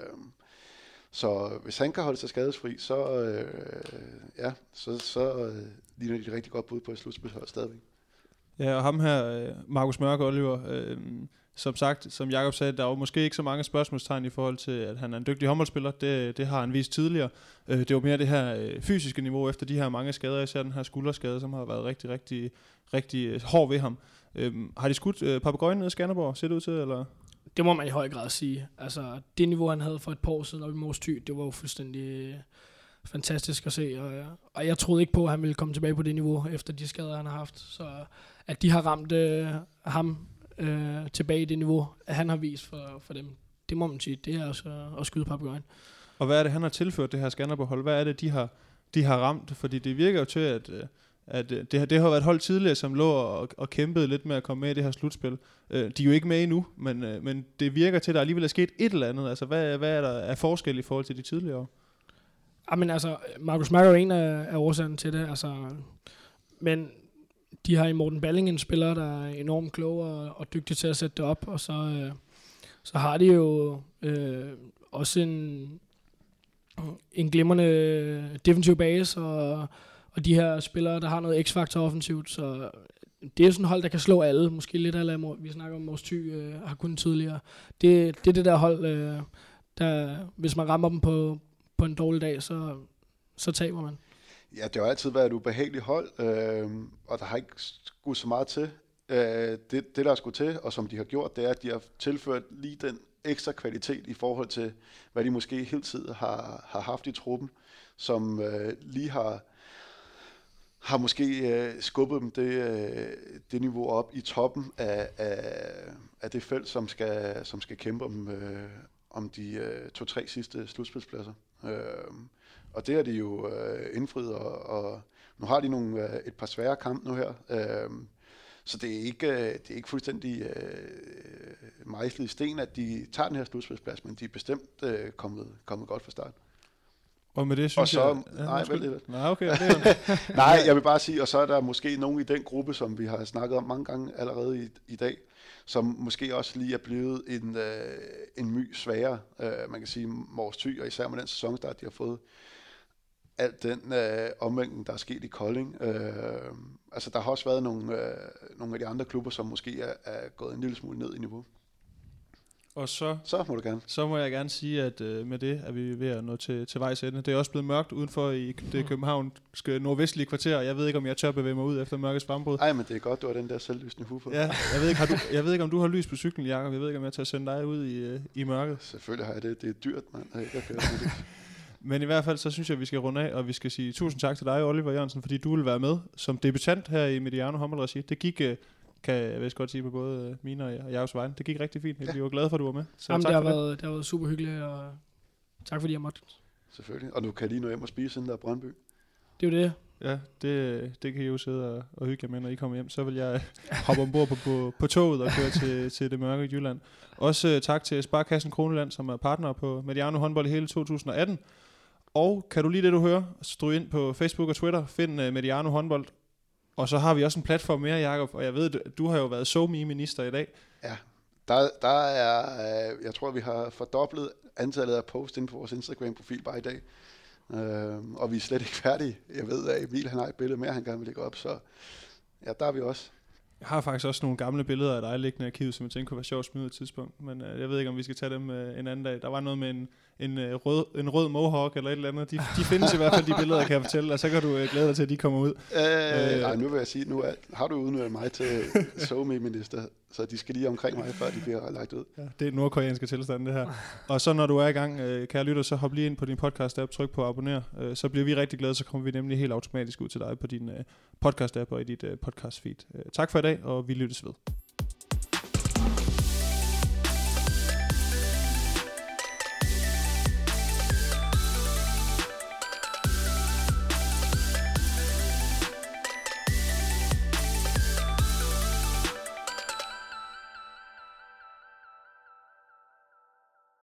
D: Så hvis han kan holde sig skadesfri, så, ja, så, så ligner de rigtig godt bud på et slutspilshold stadigvæk.
B: Ja, og ham her, Markus Mørk og Oliver, øh, som sagt, som Jakob sagde, der er jo måske ikke så mange spørgsmålstegn i forhold til, at han er en dygtig håndboldspiller. Det, det har han vist tidligere. Øh, det var mere det her øh, fysiske niveau efter de her mange skader, især den her skulderskade, som har været rigtig, rigtig, rigtig øh, hård ved ham. Øh, har de skudt øh, papegøjen ned i Skanderborg, ser det ud til, eller?
C: Det må man i høj grad sige. Altså, det niveau, han havde for et par år siden oppe i Mors Thy, det var jo fuldstændig fantastisk at se. Og, og jeg troede ikke på, at han ville komme tilbage på det niveau, efter de skader, han har haft. Så at de har ramt øh, ham øh, tilbage i det niveau, at han har vist for, for dem, det må man sige, det er også at skyde papegøjen.
B: Og hvad er det, han har tilført det her Skanderborg-hold? Hvad er det, de har, de har ramt? Fordi det virker jo til, at, at det, har, det har været et hold tidligere, som lå og, og kæmpede lidt med at komme med i det her slutspil. De er jo ikke med endnu, men, men det virker til, at der alligevel er sket et eller andet. Altså, hvad, hvad er der af forskel i forhold til de tidligere år?
C: Jamen altså, Markus Mørk er jo en af, af årsagen til det, altså, men de har i Morten Balling en spiller, der er enormt klog og, og dygtig til at sætte det op, og så, øh, så har de jo øh, også en, en glimrende defensiv base, og, og de her spillere, der har noget x-faktor offensivt, så det er sådan et hold, der kan slå alle, måske lidt af, vi snakker om Mors Thy, øh, har kun tidligere. Det, det er det der hold, øh, der, hvis man rammer dem på, på en dårlig dag, så, så taber man.
D: Ja, det har altid været et ubehageligt hold, øh, og der har ikke skudt så meget til. Øh, det, det, der er skudt til, og som de har gjort, det er, at de har tilført lige den ekstra kvalitet i forhold til, hvad de måske hele tiden har, har haft i truppen, som øh, lige har, har måske øh, skubbet dem det, øh, det niveau op i toppen af, af, af det felt, som skal, som skal kæmpe om, øh, om de øh, to-tre sidste slutspilspladser. Øh, Og det har de jo øh, indfriet, og, og nu har de nogle, øh, et par svære kampe nu her. Øh, så det er ikke, øh, det er ikke fuldstændig øh, mejslet i sten, at de tager den her slutspilsplads, men de er bestemt øh, kommet, kommet godt fra start.
B: Og med det synes
D: og så,
B: jeg...
D: Ja, nej, vel, vel.
B: Nej, okay. Det er
D: nej, jeg vil bare sige, og så er der måske nogen i den gruppe, som vi har snakket om mange gange allerede i, i dag, som måske også lige er blevet en, øh, en my sværere. Øh, man kan sige Mors Thy, og især med den sæsonstart, de har fået. Alt den øh, omvænding, der er sket i Kolding. Øh, altså, der har også været nogle, øh, nogle af de andre klubber, som måske er, er gået en lille smule ned i niveau.
B: Og så,
D: så må du gerne.
B: Så må jeg gerne sige, at øh, med det er vi ved at nå til, til vejs ende. Det er også blevet mørkt udenfor i det københavnske nordvestlige kvarter. Jeg ved ikke, om jeg tør bevæge mig ud efter mørkets frembrud.
D: Nej, men det er godt, du har den der selvlysende hue på.
B: Ja, jeg ved, ikke, har du, jeg ved ikke, om du har lys på cyklen, Jakob. Jeg ved ikke, om jeg tør sende dig ud i, uh, i mørket.
D: Selvfølgelig har jeg det. Det er dyrt, mand. Jeg kan det.
B: Men i hvert fald, så synes jeg, at vi skal runde af, og vi skal sige tusind tak til dig, Oliver Jørgensen, fordi du vil være med som debutant her i Mediano håndboldregi. Det gik, kan jeg vist godt sige på både mine og Jakobs vejen, det gik rigtig fint. Jeg blev glad for, at du var med. Så
C: Jamen,
B: tak
C: det, har
B: for
C: været, det har været super hyggeligt, og tak fordi jeg måtte.
D: Selvfølgelig. Og nu kan jeg lige nå hjem og spise, inden der er Brøndby.
C: Det er jo det.
B: Ja, det, det kan I jo sidde og, og hygge jer med, når I kommer hjem. Så vil jeg hoppe ombord på, på, på toget og køre til, til det mørke Jylland. Også uh, tak til Sparkassen Kroneland, som er partner på Mediano håndbold i hele to tusind atten. Og kan du lide det, du hører, stryg ind på Facebook og Twitter, find uh, Mediano håndbold. Og så har vi også en platform mere, Jakob, og jeg ved, du har jo været SoMe-minister i dag.
D: Ja, Der, der er, øh, jeg tror, vi har fordoblet antallet af posts inde på vores Instagram-profil bare i dag. Øh, og vi er slet ikke færdige. Jeg ved, at Emil han har et billede mere, han gerne vil lægge op, så ja, der er vi også.
B: Jeg har faktisk også nogle gamle billeder af dig liggende i arkivet, som jeg tænkte kunne være sjovt at smide et tidspunkt. Men øh, jeg ved ikke, om vi skal tage dem øh, en anden dag. Der var noget med en, en, øh, rød, en rød mohawk eller et eller andet. De, de findes i hvert fald, de billeder, kan jeg fortælle. Og så kan du øh, glæde dig til, at de kommer ud.
D: Øh, øh, nej, nu vil jeg sige, nu er, har du udnyttet mig til SoMe-minister, så de skal lige omkring mig, før de bliver lagt ud.
B: Ja, det er nordkoreanske tilstand, det her. Og så når du er i gang, øh, kære lytter, så hop lige ind på din podcast-app, tryk på abonner. Øh, så bliver vi rigtig glade, så kommer vi nemlig helt automatisk ud til dig på din øh, podcast-app og i dit øh, podcast-feed. Øh, tak for i dag, og vi lyttes ved.